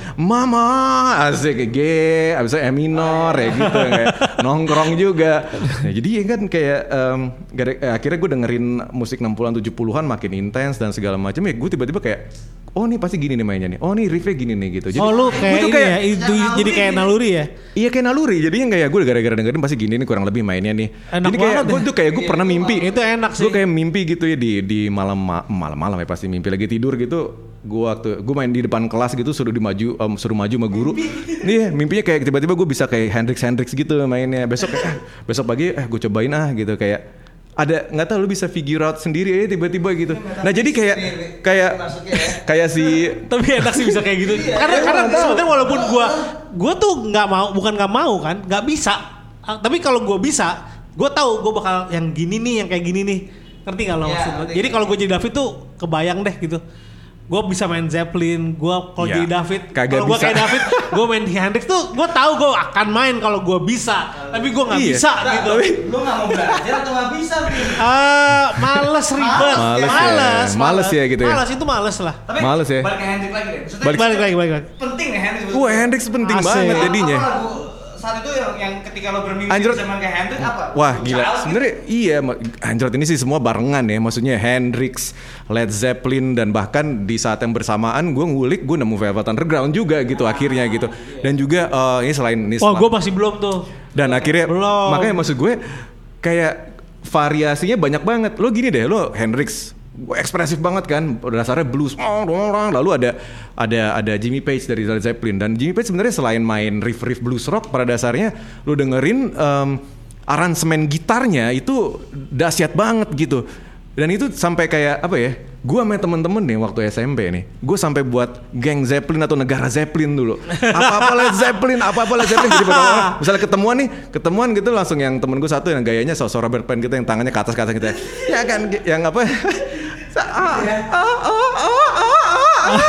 Mama, asik G, abis itu E minor ya gitu kayak nongkrong juga. Nah, jadi ya kan kayak um, gara- eh, akhirnya gue dengerin musik enam puluhan tujuh puluhan makin intens dan segala macam ya gue tiba-tiba kayak oh nih pasti gini nih mainnya nih. Oh nih riffnya gini nih gitu. Jadi Oh lu kayak gua tuh ini ya, itu jadi kayak naluri ya? Iya kayak naluri, jadinya kayak gue gara-gara dengerin pasti gini nih kurang lebih mainnya nih. Enak Jadi kayak banget gue ya. tuh kayak gue pernah mimpi. Itu enak sih. Gue kayak mimpi gitu ya di di malam malam-malam ya pasti mimpi lagi tidur gitu. Gue waktu gue main di depan kelas gitu suruh dimaju um, suruh maju sama guru. Nih mimpinya kayak tiba-tiba gue bisa kayak Hendrix Hendrix gitu mainnya. Besok eh, besok pagi eh gue cobain ah gitu kayak ada nggak tahu lu bisa figure out sendiri aja tiba-tiba gitu. Nah jadi kayak kayak kayak si Tapi enak sih bisa kayak gitu. karena karena sebenarnya walaupun gue gue tuh nggak mau, bukan nggak mau kan, nggak bisa. Ah, Tapi kalau gue bisa, gue tahu gue bakal yang gini nih, yang kayak gini nih. Ngerti nggak lo Ya, maksud gue? ngerti. Jadi kalau gue jadi David tuh kebayang deh gitu. Gue bisa main Zeppelin, gue kalau Ya, jadi David, kagak kalau gue bisa. kayak David, gue main di Hendrix tuh, gue tahu gue akan main kalau gue bisa, tapi gue nggak Iya. bisa Nah, gitu. tapi lu gak mau belajar atau gak bisa, Vin? Ah, males ribet, Males ya. males, Males ya gitu ya. Males itu males lah. Tapi Males ya. balik ke Hendrik lagi deh. Maksudnya Balik- Balik lagi, balik lagi. penting nih Hendrik. wah Hendrix penting Asik. banget jadinya. Apa lagu saat itu yang, yang ketika lo bermimpi Anjrot. bisa main kayak Hendrik apa? Wah gila, Child sebenarnya iya, ma- anjrot ini sih semua barengan ya, maksudnya Hendrix, Led Zeppelin dan bahkan di saat yang bersamaan gue ngulik, gue nemu Velvet Underground juga gitu akhirnya gitu, dan juga eh, ini selain ini Oh, sel- gue masih belum tuh. dan akhirnya Belum. makanya maksud gue kayak variasinya banyak banget. Lo gini deh, lo Hendrix ekspresif banget kan, dasarnya blues, lalu ada ada ada Jimmy Page dari Led Zeppelin, dan Jimmy Page sebenarnya selain main riff-riff blues rock, pada dasarnya lo dengerin um, aransemen gitarnya itu dahsyat banget gitu, dan itu sampai kayak apa ya? Gue sama temen-temen nih waktu S M P nih, gue sampai buat geng Zeppelin atau negara Zeppelin dulu. Apa-apa Led Zeppelin, apa-apa Led Zeppelin. Jadi orang, misalnya ketemuan nih, ketemuan gitu langsung yang temen gue satu yang gayanya sosok Robert Plant gitu, yang tangannya ke atas ke atas gitu. Ya kan, yang apa? Ah, ah, ah, ah, ah, ah.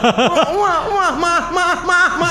Wah, wah, mah, mah, mah, mah.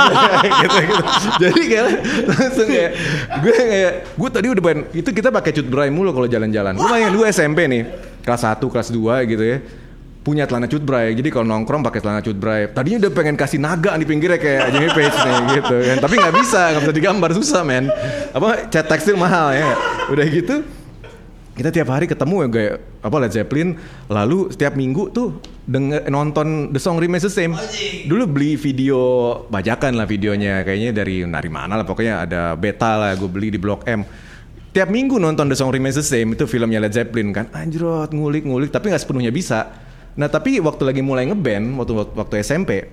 Gitu, gitu. Jadi kayak langsung kayak gue kayak gue tadi udah pengen itu kita pakai cut bray mulu kalau jalan-jalan. Gue main dulu S M P nih, kelas satu, kelas dua gitu ya. Punya celana cut bray. Jadi kalau nongkrong pakai celana cut bray. Tadinya udah pengen kasih naga di pinggirnya kayak Jimmy Page nih gitu kan. Tapi nggak bisa, nggak bisa digambar, susah men. Apa cat tekstil mahal ya. Udah gitu kita tiap hari ketemu ya kayak apa Led Zeppelin, lalu setiap minggu tuh denger nonton The Song Remains the Same. Dulu beli video bajakan lah videonya, kayaknya dari dari mana lah, pokoknya ada beta lah, gue beli di Blok M. Tiap minggu nonton The Song Remains the Same, itu filmnya Led Zeppelin kan, anjrot ngulik-ngulik, tapi nggak sepenuhnya bisa. Nah tapi waktu lagi mulai ngeband, waktu waktu S M P,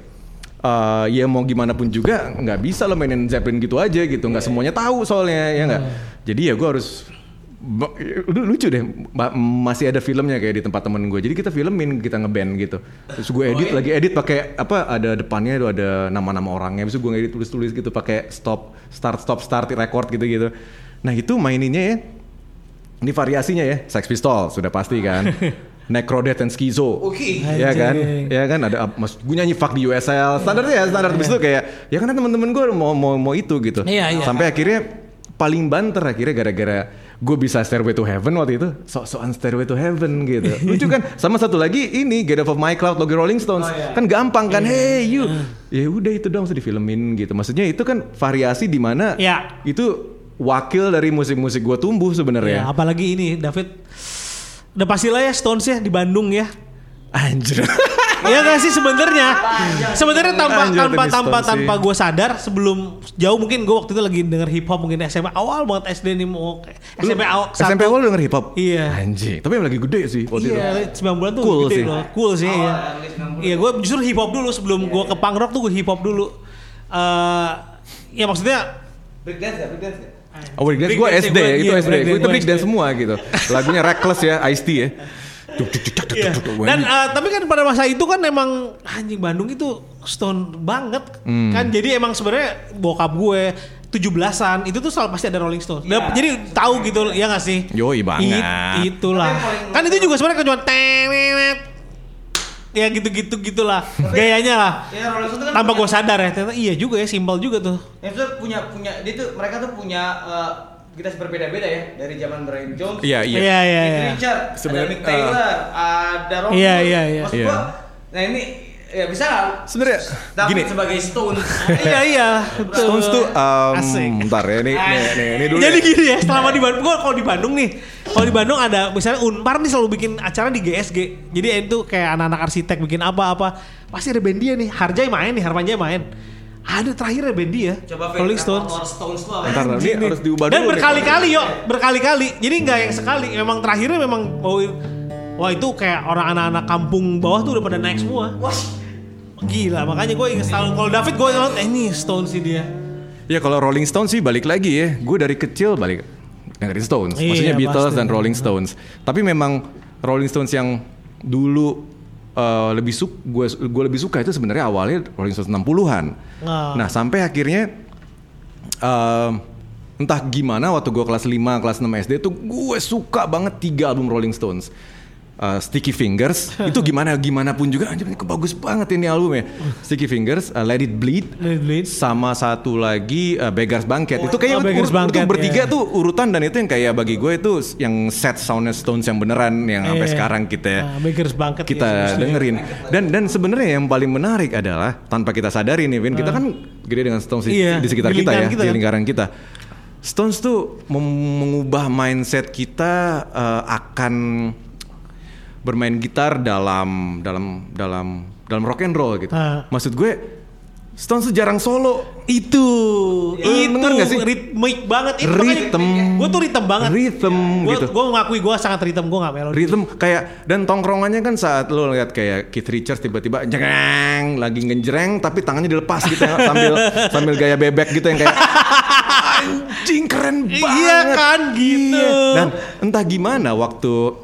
uh, ya mau gimana pun juga nggak bisa lo mainin Zeppelin gitu aja gitu, nggak semuanya tahu soalnya ya nggak. Jadi ya gue harus Ba- lucu deh, ba- masih ada filmnya kayak di tempat temen gue. Jadi kita filmin, kita ngeband gitu. Terus gue edit lagi edit pakai apa? Ada depannya itu ada nama-nama orangnya. Terus gue ngedit tulis-tulis gitu pakai stop, start, stop, start, record gitu-gitu. Nah itu maininnya ya, ini variasinya ya. Sex Pistols sudah pasti kan. Necrodeath and Schizo. Oke. Ya kan? Ya kan ada mas gue nyanyi Fuck the U S L. Standarnya ya, standar habis itu kayak ya karena teman-teman gue mau mau mau itu gitu. Iya, iya. Sampai akhirnya paling banter akhirnya gara-gara gue bisa Stairway to Heaven waktu itu, sok-sokan Stairway to Heaven gitu. Lucu kan? Sama satu lagi ini Get Off of My Cloud logo Rolling Stones. Oh, iya. Kan gampang kan? Hey you. Ya udah itu dong sudah difilmin gitu. Maksudnya itu kan variasi di mana Ya. itu wakil dari musik-musik gue tumbuh Ya, sebenarnya. apalagi ini David, udah pastilah ya Stones ya di Bandung ya. Anjir. Iya gak sih sebenarnya? Sebenarnya tanpa Anjir, tanpa Dennis tanpa Stone tanpa sih. gue sadar sebelum jauh mungkin gue waktu itu lagi denger hip hop mungkin S M P awal banget S D nih mau S M P awal S M P awal lu denger hip hop? Iya. Anjing. Tapi yang lagi gede sih waktu itu. Iya, sembilan bulan tuh Cool gede sih. loh. Cool sih Awal, iya. early sembilan bulan. Iya, gue justru hip hop dulu sebelum gue ke punk rock tuh gue hip hop dulu. Eh ya maksudnya Break dance gak? Break dance gak? Oh, break dance Break gue dance S D, gue- itu iya, S D. break dance Itu gue break dance S D. semua gitu. Lagunya Reckless ya, Ice-T ya. Iya. Dan uh, tapi kan pada masa itu kan emang anjing Bandung itu Stone banget hmm. kan, jadi emang sebenarnya bokap gue tujuh belasan itu tuh selalu pasti ada Rolling Stone. Ya, jadi tahu gitu ya nggak sih? Yoi banget. It, itulah. Kan itu juga sebenarnya cuma tenet. Ya gitu-gitu gitulah gayanya lah. Ya, Rolling Stone kan tanpa punya, gue sadar ya, ternyata iya juga ya, simpel juga tuh. Ya itu punya punya dia tuh mereka tuh punya uh, gitaris berbeda-beda ya, dari zaman Brian Jones. Iya iya. Iya iya. Keith Richard, ada Mick Taylor, uh, ada Rob. Iya iya iya. Maksud iya. gua, nah ini ya bisa nggak? Sebenarnya David gini. sebagai Stone. Iya iya. Stones tuh um, Asik. bentar ya nih nih nih, nih dulu. Jadi ya. gini ya, selama di Bandung, gua kalau di Bandung nih, kalau di Bandung ada misalnya Unpar nih selalu bikin acara di G S G. Jadi itu kayak anak-anak arsitek bikin apa-apa, pasti ada band dia nih. Harjai main nih, Harmanjai main. Ada terakhir ya band dia, Coba Rolling Stones. Stones tuh apa? Bentar, ini harus diubah Dan dulu. berkali-kali yo, berkali-kali. Jadi nggak yang sekali. Memang terakhirnya memang bawain. Wah itu kayak orang anak-anak kampung bawah tuh udah pada naik semua. Wah, gila. Makanya gue inget selalu. Kalau David gue inget, eh ini Stones sih dia. Ya kalau Rolling Stones sih balik lagi ya. Gue dari kecil balik dengerin Stones. Maksudnya Iya, Beatles pasti. dan Rolling Stones. Tapi memang Rolling Stones yang dulu uh, lebih suka gue gue lebih suka itu sebenarnya awalnya Rolling Stones enam puluhan. Nah. Nah, sampai akhirnya uh, entah gimana waktu gue kelas lima, kelas enam S D tuh gue suka banget tiga album Rolling Stones. Uh, Sticky Fingers itu gimana gimana pun juga anjir ini bagus banget ini albumnya. Sticky Fingers, uh, Let It Bleed, Let It Bleed. sama satu lagi uh, Beggars Banquet. Oh, itu kayaknya oh, Beggars ur- Banquet, itu bertiga ya. tuh urutan, dan itu yang kayak bagi gue itu yang set soundnya Stones yang beneran yang sampai Iya. sekarang kita Nah, Beggars Banquet kita ya, dengerin. Dan dan sebenarnya yang paling menarik adalah tanpa kita sadari nih Vin, kita kan gede dengan Stones di, Iya, di sekitar di kita ya, lingkaran kita di kan. lingkaran kita. Stones tuh mem- mengubah mindset kita uh, akan bermain gitar dalam dalam dalam dalam rock and roll gitu. Ah. Maksud gue Stones tuh jarang solo. Itu, Ya, itu bener nggak sih? ritmik banget. Itu Rhythm. Gue tuh rhythm banget. Rhythm Gua, gitu. Gue mengakui gue sangat rhythm, gue nggak melodi. Rhythm kayak, dan tongkrongannya kan saat lo lihat kayak Keith Richards tiba-tiba jeng lagi ngejreng tapi tangannya dilepas gitu ya, sambil sambil gaya bebek gitu yang kayak anjing keren banget. Iya kan gitu. Iya. Dan entah gimana waktu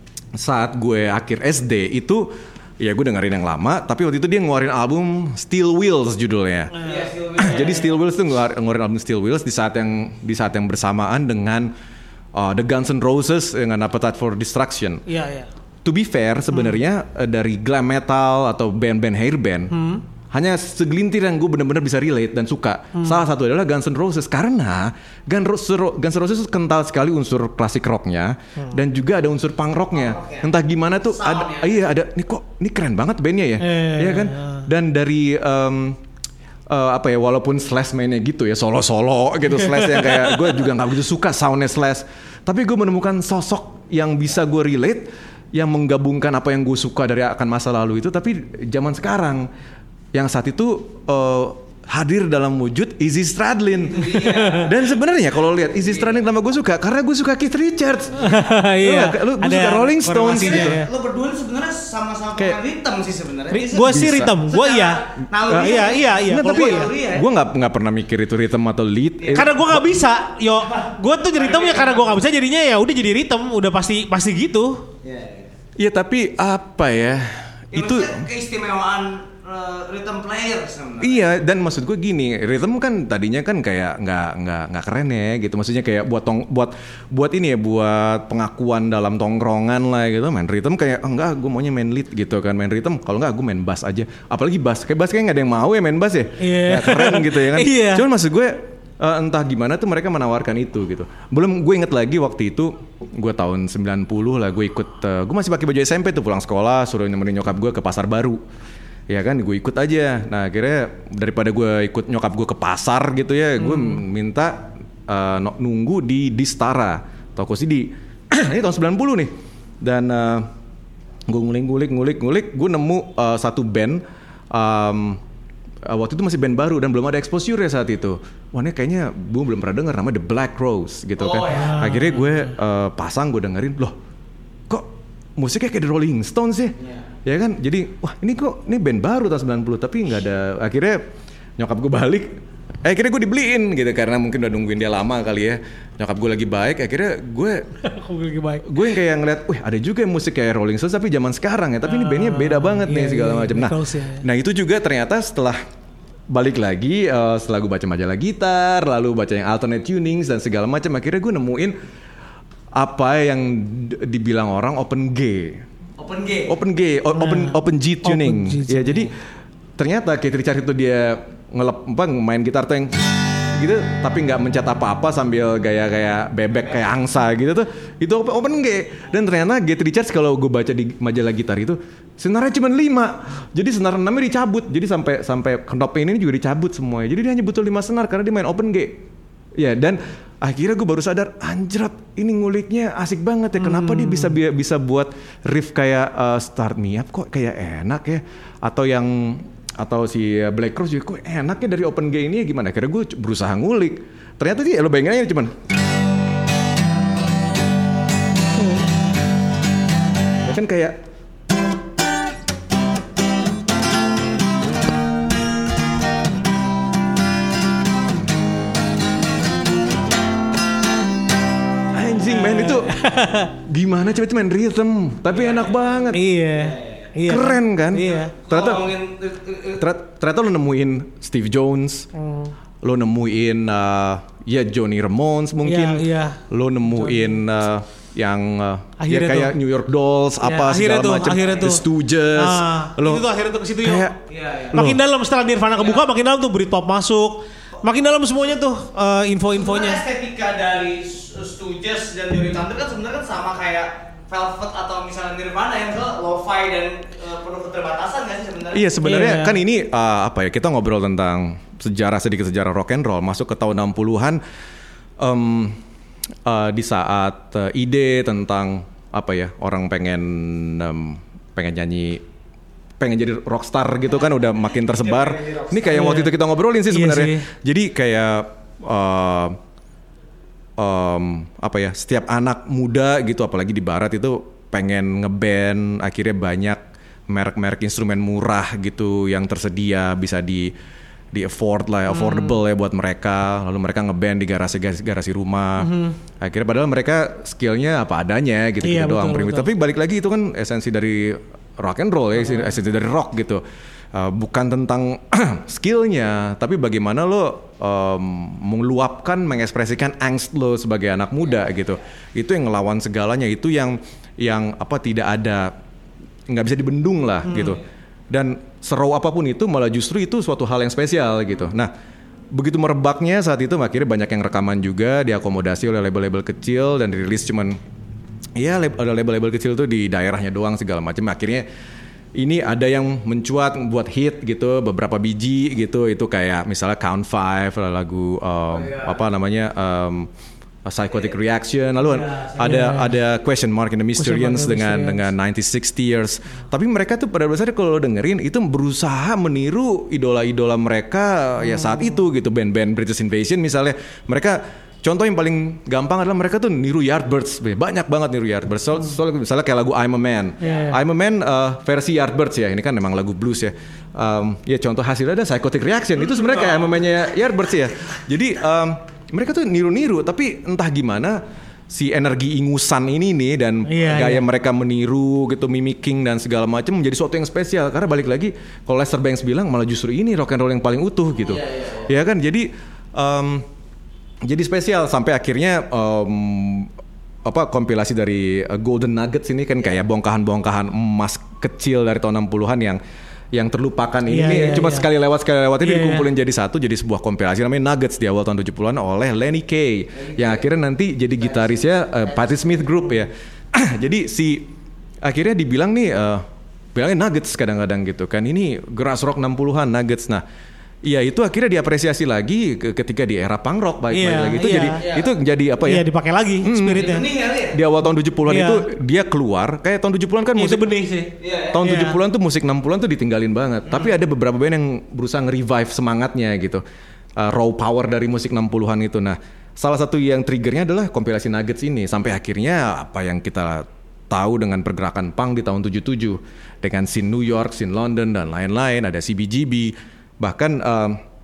saat gue akhir S D itu ya gue dengerin yang lama, tapi waktu itu dia ngeluarin album Steel Wheels judulnya. iya sih. Jadi Steel Wheels tuh ngeluar- ngeluarin album Steel Wheels di saat yang di saat yang bersamaan dengan uh, The Guns N' Roses dengan Appetite for Destruction. Iya iya. To be fair sebenarnya uh, dari glam metal atau band-band hair band hanya segelintir yang gue benar-benar bisa relate dan suka. Salah satu adalah Guns N' Roses, karena Guns, Ro- Guns N' Roses itu kental sekali unsur klasik rocknya dan juga ada unsur punk rocknya. Entah gimana tuh ada, iya ada. Nih kok, ini keren banget bandnya ya, Eh, iya kan? Dan dari um, uh, apa ya, walaupun Slash mainnya gitu ya solo-solo gitu, Slash yang kayak gue juga nggak begitu suka soundnya Slash. Tapi gue menemukan sosok yang bisa gue relate, yang menggabungkan apa yang gue suka dari akan masa lalu itu, tapi zaman sekarang. Yang saat itu uh, hadir dalam wujud Izzy Stradlin. Dan sebenarnya kalau lihat Izzy Stradlin kenapa gue suka? Karena gue suka Keith Richards. Iya. Lu, lu suka Rolling Stones korelasinya, gitu. ya. Lo berdua sebenarnya sama-sama Kayak- pemain rhythm sih sebenarnya. Ri- Bisa- Gua sih Bisa. rhythm, gua iya. Naluri Nah, iya iya iya. Nggak, Kalau tapi gua iya. gue nggak nggak pernah mikir itu rhythm atau lead. Eh, Karena gue nggak bisa, yo, gue tuh rhythm ya karena gue nggak bisa, jadinya ya udah jadi rhythm, udah pasti pasti gitu. Iya. Iya tapi apa ya? Ya, Itu maksudnya keistimewaan uh, rhythm player sebenarnya. iya, dan maksud gue gini, rhythm kan tadinya kan kayak nggak nggak nggak keren ya gitu, maksudnya kayak buat tong buat buat ini ya, buat pengakuan dalam tongkrongan lah gitu, main rhythm kayak oh, enggak gue maunya main lead gitu kan, main rhythm kalau nggak gue main bass aja, apalagi bass kayak bass kayak nggak ada yang mau ya main bass ya, Iya. Nggak keren gitu ya kan, Iya. cuman maksud gue uh, entah gimana tuh mereka menawarkan itu gitu. Belum gue inget lagi waktu itu gue tahun sembilan puluh lah gue ikut, uh, gue masih pakai baju S M P tuh, pulang sekolah suruh nemenin nyokap gue ke pasar baru. Ya kan gue ikut aja. Nah akhirnya daripada gue ikut nyokap gue ke pasar gitu ya, gue minta uh, no- nunggu di Distara toko C D. Ini tahun sembilan puluh nih. Dan uh, gue ngulik-ngulik ngulik-ngulik gue nemu uh, satu band, um, uh, waktu itu masih band baru dan belum ada exposure ya saat itu. Wah ini kayaknya gue belum pernah denger, namanya The Black Rose gitu kan. ya. Akhirnya gue uh, pasang, gue dengerin, loh kok musiknya kayak The Rolling Stones ya? Ya kan, jadi wah ini kok ini band baru tahun sembilan puluh tapi nggak ada. Akhirnya nyokap gue balik, Eh, akhirnya gue dibeliin gitu karena mungkin udah nungguin dia lama kali ya. Nyokap gue lagi baik, akhirnya gue Aku lagi baik. gue yang kayak ngeliat, wih ada juga musik kayak Rolling Stones tapi zaman sekarang ya. Tapi ini bandnya beda banget iya, nih segala iya, macam. Nah, Beatles ya. nah itu juga ternyata setelah balik lagi, uh, setelah gue baca majalah gitar, lalu baca yang alternate tunings dan segala macam, akhirnya gue nemuin apa yang d- dibilang orang open G. Open G. Open G, o- Nah, open open G tuning. open G Ya tuning. jadi ternyata Keith Richards itu dia ngelep apa main gitar tuh yang gitu tapi nggak mencet apa-apa sambil gaya-gaya bebek kayak angsa gitu tuh itu open, open G. Dan ternyata Keith Richards kalau gue baca di majalah gitar itu senarnya cuma lima, jadi senar enamnya dicabut, jadi sampai sampai knopnya ini juga dicabut semuanya, jadi dia hanya butuh lima senar karena dia main open G. Ya, dan akhirnya gue baru sadar, anjrat, ini nguliknya asik banget ya. Kenapa hmm. dia bisa bisa buat riff kayak uh, Start Me Up kok kayak enak ya, atau yang atau si Black Crowes juga kok enaknya dari open G ini ya gimana? Akhirnya gue berusaha ngulik. Ternyata sih lo bayangin aja cuman ya kan kayak anjing main itu gimana coba main rhythm tapi enak banget. Iya. Iya. Keren kan? Iya. Ternyata ngomongin ternyata, ternyata lo nemuin Steve Jones, Hmm. lo nemuin uh, ya Johnny Ramones mungkin, Iya, iya. lo nemuin uh, yang uh, ya Akhirnya kayak tuh. New York Dolls Ya, apa akhirnya segala tuh, macam, akhirnya The tuh. Stooges, Ah, lo itu tuh akhirnya tuh ke situ kayak yuk. Iya, iya. Makin dalam setelah Nirvana kebuka, makin dalam tuh Britpop masuk. Makin dalam semuanya tuh uh, info-infonya. Sebenarnya estetika dari Stooges dan Johnny Thunder kan sebenarnya kan sama kayak Velvet atau misalnya Nirvana yang misalnya lo-fi dan uh, penuh keterbatasan nggak sih sebenarnya? Iya sebenarnya Iya. kan ini uh, apa ya, kita ngobrol tentang sejarah, sedikit sejarah rock and roll masuk ke tahun enam puluhan, um, uh, di saat uh, ide tentang apa ya, orang pengen um, pengen nyanyi, pengen jadi rockstar gitu kan udah makin tersebar. Ini kayak yang waktu itu kita ngobrolin sih Iya sebenarnya. sih. Jadi kayak uh, um, apa ya, setiap anak muda gitu apalagi di barat itu pengen ngeband, akhirnya banyak merek-merek instrumen murah gitu yang tersedia, bisa di di afford lah, affordable ya buat mereka. Lalu mereka ngeband di garasi garasi rumah. Akhirnya padahal mereka skillnya apa adanya gitu, Iya, gitu doang. betul, primitif. betul. Tapi balik lagi itu kan esensi dari rock and roll ya, esensi dari rock gitu. Uh, bukan tentang skillnya, tapi bagaimana lo um, meluapkan, mengekspresikan angst lo sebagai anak muda gitu. Itu yang ngelawan segalanya, itu yang yang apa tidak ada, nggak bisa dibendung lah Hmm. gitu. Dan seru apapun itu malah justru itu suatu hal yang spesial gitu. Nah, begitu merebaknya saat itu akhirnya banyak yang rekaman juga diakomodasi oleh label-label kecil dan dirilis cuman ya lab- ada label-label kecil tuh di daerahnya doang segala macam. Akhirnya ini ada yang mencuat buat hit gitu, beberapa biji gitu, itu kayak misalnya Count Five, lagu um, apa namanya um, A Psychotic Reaction, lalu ada ada Question Mark in the Mysterians dengan dengan ninety sixty years. Tapi mereka tuh pada dasarnya kalau lo dengerin itu berusaha meniru idola-idola mereka ya saat itu gitu, band-band British Invasion misalnya. Mereka contoh yang paling gampang adalah mereka tuh niru Yardbirds, banyak banget niru Yardbirds. So, so, misalnya kayak lagu I'm a Man, Yeah. I'm a Man uh, versi Yardbirds ya. Ini kan memang lagu blues ya. Um, ya contoh hasilnya ada Psychotic Reaction. Itu sebenarnya kayak I'm a Man-nya Yardbirds ya. Jadi um, mereka tuh niru-niru, tapi entah gimana si energi ingusan ini nih dan Iya, gaya iya. mereka meniru gitu, mimicking dan segala macam menjadi sesuatu yang spesial. Karena balik lagi, kalau Lester Bangs bilang malah justru ini rock and roll yang paling utuh gitu. Ya kan, jadi um, jadi spesial sampai akhirnya um, apa kompilasi dari uh, Golden Nuggets ini kan kayak bongkahan-bongkahan emas kecil dari tahun enam puluhan yang yang terlupakan ini Iya, nih, iya, cuma iya. sekali lewat sekali lewat ini Iya, dikumpulin jadi satu, jadi sebuah kompilasi namanya Nuggets di awal tahun tujuh puluhan oleh Lenny Kaye yang akhirnya nanti jadi gitarisnya uh, Patti Smith Group ya. Jadi si akhirnya dibilang nih uh, bilangnya Nuggets kadang-kadang gitu kan, ini grass rock enam puluhan Nuggets. Nah, iya itu akhirnya diapresiasi lagi ke- ketika di era punk rock baik Iya, lagi itu iya. jadi Iya. itu jadi apa ya? Iya dipakai lagi spiritnya. Benih kali ya? Di awal tahun tujuh puluhan Iya. itu dia keluar kayak tahun tujuh puluhan kan Itu musik benih sih. Iya, ya. tahun Iya. tujuh puluhan tuh musik enam puluhan tuh ditinggalin banget. Tapi ada beberapa band yang berusaha nge-revive semangatnya gitu. Uh, raw power dari musik enam puluhan itu. Nah, salah satu yang triggernya adalah kompilasi Nuggets ini sampai akhirnya apa yang kita tahu dengan pergerakan punk di tahun tujuh puluh tujuh dengan scene New York, scene London dan lain-lain, ada C B G B. Bahkan um,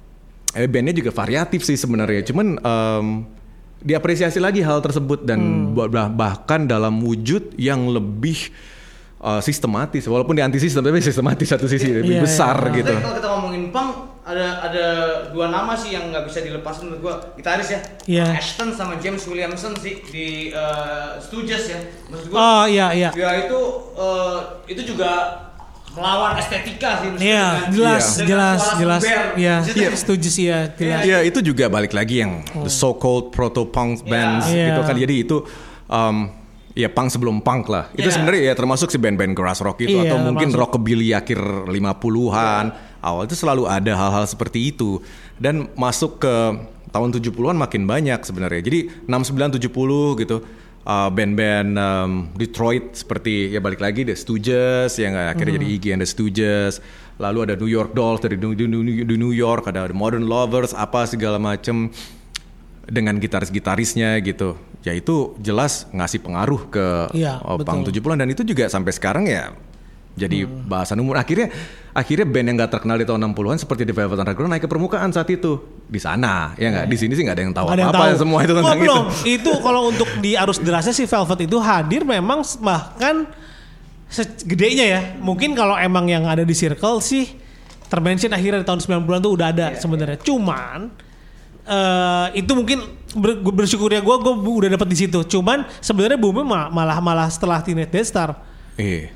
eh, bandnya juga variatif sih sebenarnya. Cuman um, diapresiasi lagi hal tersebut dan hmm. bah- bahkan dalam wujud yang lebih uh, sistematis. Walaupun di anti sistem tapi sistematis satu sisi lebih yeah, besar yeah. gitu. Tapi kalau kita ngomongin punk, ada ada dua nama sih yang nggak bisa dilepas menurut gua, gitaris ya, Yeah. Ashton sama James Williamson sih di uh, Stooges ya. Maksud gua. Oh iya iya. Ya itu uh, itu juga melawan estetika sih. Iya, dengan- jelas, dengan jelas, suara jelas. sumber. Iya, Maksudnya, setuju sih ya. Jelas. Ya itu juga balik lagi yang the so-called proto-punk bands Yeah. gitu kan. Jadi itu um, ya punk sebelum punk lah. Itu Yeah. sebenarnya ya termasuk si band-band garage rock itu Iya, atau mungkin masuk. rockabilly akhir lima puluhan. Awal itu selalu ada hal-hal seperti itu. Dan masuk ke tahun tujuh puluhan makin banyak sebenarnya. Jadi enam puluh sembilan tujuh puluh gitu. Uh, band-band um, Detroit seperti ya balik lagi The Stooges yang akhirnya jadi Iggy and the Stooges, lalu ada New York Dolls dari New, New, New, New York, ada The Modern Lovers apa segala macem dengan gitaris-gitarisnya gitu, ya itu jelas ngasih pengaruh ke Iya, uh, betul. punk tujuh puluhan dan itu juga sampai sekarang ya jadi bahasan umum. Akhirnya akhirnya band yang gak terkenal di tahun enam puluhan seperti The Velvet Underground naik ke permukaan saat itu di sana, ya nggak? Di sini sih nggak ada yang tahu Nggak ada yang apa-apa tahu. semua itu Oh, tentang belum. itu. Itu kalau untuk di arus derasnya si Velvet itu hadir memang bahkan segedenya ya. Mungkin kalau emang yang ada di circle sih termention akhirnya di tahun sembilan puluhan tuh udah ada sebenarnya. Cuman eh, itu mungkin ber, gua bersyukur ya gue gue udah dapet di situ. Cuman sebenarnya boomnya ma- malah malah setelah Teenage Death Star. Iya.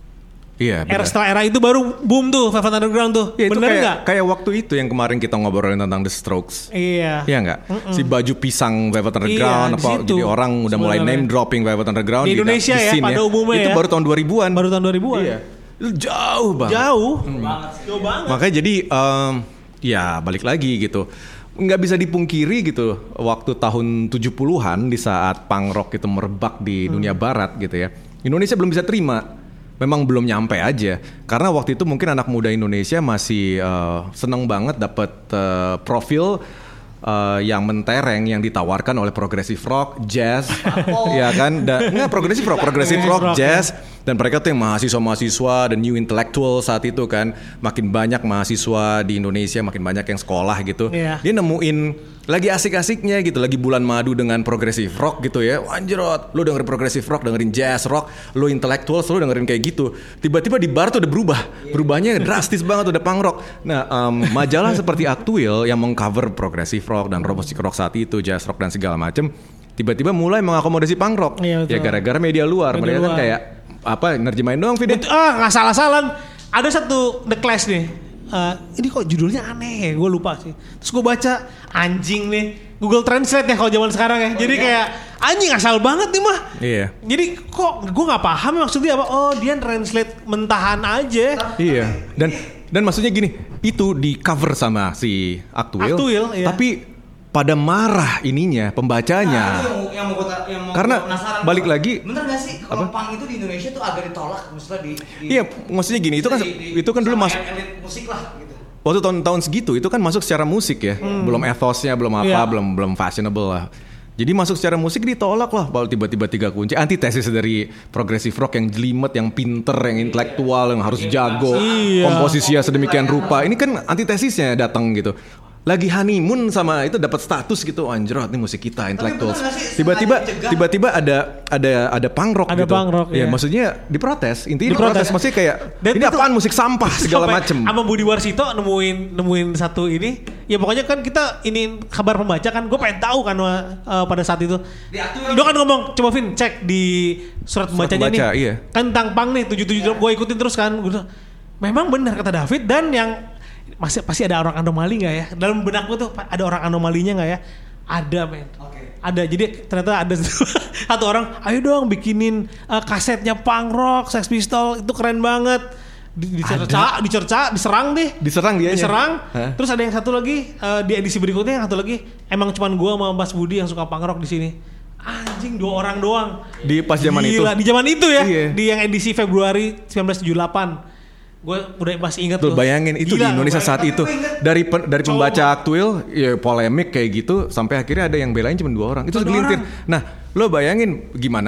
Iya, Era benar. setelah era itu baru boom tuh Velvet Underground tuh. Ya, itu Bener kayak, nggak? kayak waktu itu yang kemarin kita ngobrolin tentang The Strokes. Iya. Iya nggak? Si baju pisang Velvet Underground Iya, di apa situ jadi orang udah mulai sebenarnya. name dropping Velvet Underground Di Indonesia ya, scene pada umumnya itu ya. baru tahun dua ribuan. Baru tahun dua ribuan. Iya. Itu jauh banget. Jauh. Jauh banget. Makanya jadi em, ya balik lagi gitu. Nggak bisa dipungkiri gitu waktu tahun tujuh puluhan di saat punk rock itu merebak di dunia barat gitu ya. Indonesia belum bisa terima. Memang belum nyampe aja karena waktu itu mungkin anak muda Indonesia masih uh, seneng banget dapat uh, profil uh, yang mentereng yang ditawarkan oleh progressive rock, jazz, ya kan? Da- nggak progressive rock, progressive rock, jazz, dan mereka tuh yang mahasiswa-mahasiswa dan new intellectual saat itu kan, makin banyak mahasiswa di Indonesia, makin banyak yang sekolah gitu. Iya. Dia nemuin lagi asik-asiknya gitu, lagi bulan madu dengan progressive rock gitu ya. Anjrot, lu dengerin progressive rock, dengerin jazz rock, lu intellectual, lu dengerin kayak gitu. Tiba-tiba di bar tuh udah berubah, berubahnya drastis banget, udah punk rock. Nah, um, majalah seperti Actuil yang mengcover progressive rock dan musik rock saat itu, jazz rock dan segala macem, tiba-tiba mulai mengakomodasi punk rock. Iya, betul. Ya gara-gara media luar, Media mereka kan luar. kayak apa nerjemahin doang video. Betul, ah nggak salah-salah. Ada satu The Clash nih. Eh, ini kok judulnya aneh ya, gue lupa sih. Terus gue baca anjing nih, Google Translate ya kalau zaman sekarang ya. Jadi kayak anjing asal banget nih mah. Iya. Jadi kok gue nggak paham maksudnya apa? Oh dia translate mentahan aja. Iya. Dan dan maksudnya gini, itu di cover sama si Actuil. Actuil, iya. Tapi pada marah ininya pembacanya. Nah, itu yang, yang mau gua, yang mau Karena gua penasaran balik tuh. lagi- Bener gak sih kalau punk itu di Indonesia tuh agak ditolak maksudnya di, di Iya, maksudnya gini, itu kan di- di- itu kan dulu sama masuk elit musik lah gitu. waktu tahun-tahun segitu itu kan masuk secara musik ya. Belum ethosnya, belum apa, Iya. belum belum fashionable lah. Jadi masuk secara musik ditolak lah, kalau tiba-tiba tiga kunci, antitesis dari progressive rock yang jelimet, yang pinter, yang intelektual, yang harus jago, Iya. komposisinya sedemikian rupa. Ini kan antitesisnya datang gitu. Lagi honeymoon sama itu dapat status gitu, anjrot ini musik kita intelektual. bener nggak sih, Tiba-tiba sengaja dicegah? tiba-tiba ada ada ada punk rock Ada gitu. punk rock, ya. iya. Maksudnya diprotes, intinya Diprotes. diprotes. Maksudnya kayak Dan ini itu- apaan musik sampah segala Sampai macem. Sama Budi Warsito nemuin nemuin satu ini. Ya pokoknya kan kita ini kabar pembaca kan. Gue pengen tahu kan uh, pada saat itu. Di Actuil. Dia kan ngomong, coba Vin cek di surat pembacanya pembaca, nih. iya. Kan tentang pang nih tujuh tujuh gue ikutin terus kan. Gue bilang, memang benar kata David dan yang masih pasti ada orang anomali nggak ya? Dalam benak gue tuh ada orang anomalinya nggak ya? Ada men. Oke. Ada, jadi ternyata ada satu orang, ayo dong bikinin uh, kasetnya punk rock, Sex Pistol, itu keren banget. Di- Dicerca, dicerca, diserang deh. Diserang dianya. Diserang. Hah? Terus ada yang satu lagi uh, di edisi berikutnya yang satu lagi emang cuman gua sama Mas Budi yang suka punk rock di sini. Anjing dua orang doang. Di pas zaman itu. Gila, di zaman itu ya. Iya. Di yang edisi Februari seribu sembilan ratus tujuh puluh delapan. Gue udah masih ingat Tuh tuh. bayangin itu Gila, di Indonesia bayangin. saat itu dari pen- dari Coba. pembaca Actuil ya polemik kayak gitu sampai akhirnya ada yang belain cuma dua orang. Itu Dua segelintir. orang. Nah, lo bayangin gimana nggak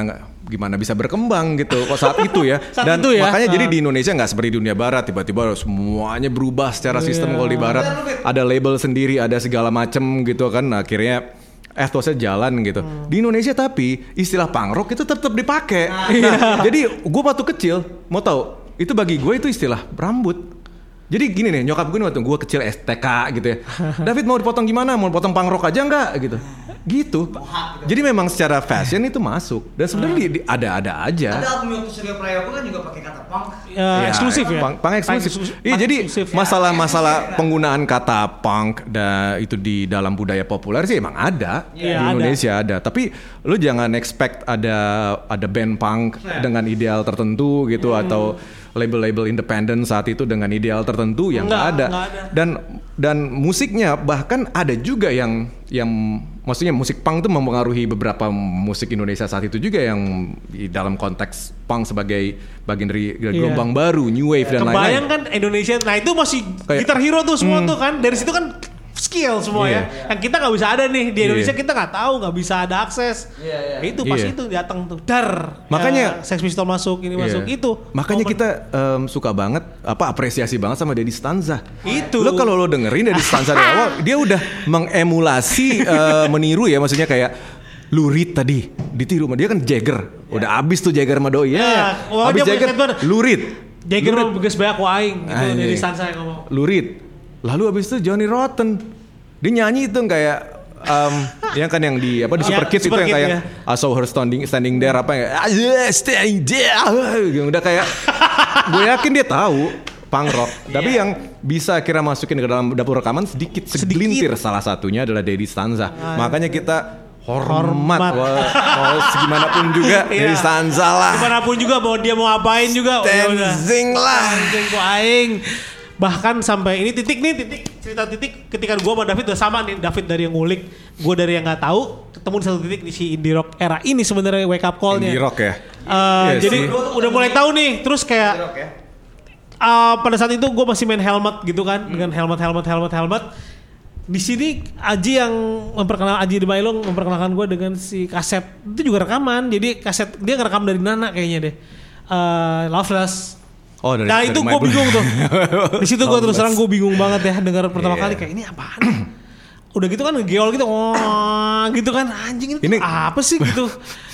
gimana bisa berkembang gitu kok saat itu ya. Saat Dan itu ya. makanya Uh. jadi di Indonesia nggak seperti dunia barat tiba-tiba semuanya berubah secara sistem. Kalau di barat ada label sendiri, ada segala macem gitu kan, akhirnya ethosnya jalan gitu. Hmm. Di Indonesia tapi istilah punk rock itu tetap dipakai. Nah, nah jadi gue waktu kecil mau tahu itu bagi gue itu istilah rambut. Jadi gini nih, nyokap gue nih waktu gue kecil S T K gitu ya. David mau dipotong gimana? Mau dipotong punk rock aja enggak gitu. Gitu. Jadi memang secara fashion itu masuk. Dan sebenarnya di- di- ada-ada aja. Ada album Yoko Suryo Prayogo kan juga pakai kata punk. Ya, eksklusif ya. Punk, punk eksklusif. Punk Iya, punk jadi eksklusif. masalah-masalah penggunaan kata punk dan itu di dalam budaya populer sih emang ada. Iya, Di ada. Indonesia ada. Tapi lu jangan expect ada ada band punk dengan ideal tertentu gitu Hmm. atau label-label independen saat itu dengan ideal tertentu yang Enggak, nggak ada. enggak ada. Dan dan musiknya bahkan ada juga yang yang maksudnya musik punk itu mempengaruhi beberapa musik Indonesia saat itu juga yang di dalam konteks punk sebagai bagian dari gelombang baru, new wave dan lain-lain. Kebayang kan Indonesia, nah itu masih Kayak- Guitar Hero tuh semua tuh kan, dari situ kan skill semua Iya. ya. Yang kita nggak bisa ada nih di Indonesia, Iya. kita nggak tahu, nggak bisa ada akses. Iya, iya. Itu pas Iya. itu datang tuh, dar. Makanya- ya, Sex Pistols masuk, ini Iya. masuk itu. Makanya Momen- kita em, suka banget apa apresiasi banget sama Deddy Stanza. Itu. Lo kalau lo dengerin Deddy Stanza dari awal dia udah mengemulasi eh, meniru ya, maksudnya kayak Lou Reed tadi ditiru sama dia kan Jagger. Udah abis tuh Jagger sama doi ya. Wah, Abis dia punya Jagger statement. Lou Reed. Jagger Lou mau Reed. beges banyak waing gitu Anjing. dari Stanza yang ngomong. Lou Reed. Lalu abis itu Johnny Rotten. Dia nyanyi itu kayak um, yang kan yang di apa di Ya, Super Kids itu Super yang Kids, kayak ya. I saw her standing standing there apa ya, ah, yeah, standing there, gitu. Udah kayak gue yakin dia tahu punk rock. Tapi yang bisa kira masukin ke dalam dapur rekaman sedikit segelintir, salah satunya adalah Deddy Stanza. Makanya kita hormat, Hormat. Wah, mau segimanapun juga Iya. Deddy Stanza lah. Gimana pun juga mau dia mau apain juga. ya udah. Tenzing lah. Anjing ku aing. Bahkan sampai ini titik nih titik cerita titik ketika gue sama David udah sama nih, David dari yang ngulik, gue dari yang nggak tahu, ketemu di satu titik di si indie rock era ini sebenarnya wake up call-nya. Indie rock ya. Eh, Iya jadi sih. udah mulai tahu nih, terus kayak Rock ya. eh, pada saat itu gue masih main helmet gitu kan, dengan helmet helmet helmet helmet. Di sini Aji yang memperkenalkan, Aji di Bailong memperkenalkan gue dengan si kaset itu juga rekaman, jadi kaset dia ngerekam dari Nana kayaknya deh. Eh, Loveless. Oh, dari, Nah dari itu My gue Blue. bingung tuh. Di situ gue terus terang gue bingung banget ya dengar pertama Iya. kali kayak ini apaan? Udah gitu kan ngegeol gitu, oh gitu kan anjing ini, Ini- tuh apa sih gitu?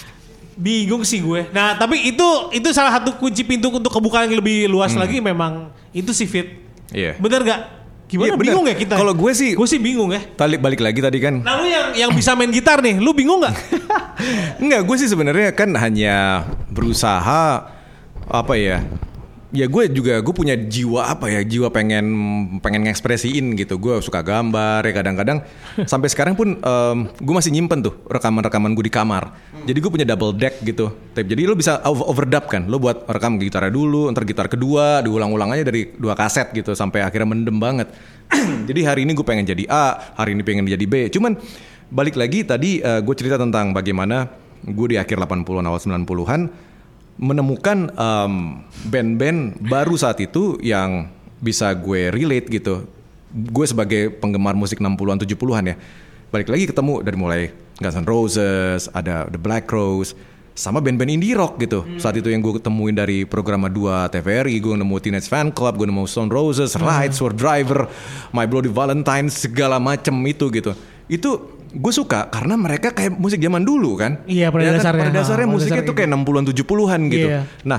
Bingung sih gue. Nah tapi itu itu salah satu kunci pintu untuk kebukaan yang lebih luas lagi memang itu si Fit. Iya. Bener gak? Gimana Iya, bener. bingung ya kita? Kalau gue sih- gue sih bingung ya. Balik balik lagi tadi kan. Nah lu yang yang bisa main gitar nih, lu bingung gak? Enggak, gue sih sebenarnya kan hanya berusaha apa ya? Ya gue juga gue punya jiwa apa ya? Jiwa pengen pengen ngekspresiin gitu. Gue suka gambar ya kadang-kadang. Sampai sekarang pun em, gue masih nyimpen tuh rekaman-rekaman gue di kamar. Jadi gue punya double deck gitu. Tape. Jadi lo bisa over- overdub kan. Lo buat rekam gitarnya dulu, ntar gitar kedua, diulang-ulang aja dari dua kaset gitu sampai akhirnya mendem banget. Jadi hari ini gue pengen jadi A, hari ini pengen jadi B. Cuman balik lagi tadi uh, gue cerita tentang bagaimana gue di akhir delapan puluhan awal sembilan puluhan menemukan um, band-band baru saat itu yang bisa gue relate gitu. Gue sebagai penggemar musik enam puluhan tujuh puluhan ya. Balik lagi ketemu dari mulai Guns N' Roses, ada The Black Crowes, sama band-band indie rock gitu. Hmm. Saat itu yang gue ketemuin dari Programa dua T V R I, gue nemu Teenage Fan Club, gue nemu Stone Roses, hmm. Ride, Sword Driver, My Bloody Valentine, segala macem itu gitu. Itu gue suka karena mereka kayak musik zaman dulu kan. Iya, pada Ya kan? dasarnya. Pada dasarnya Ha, pada musiknya dasarnya tuh kayak enam puluhan tujuh puluhan gitu. Iya. Nah,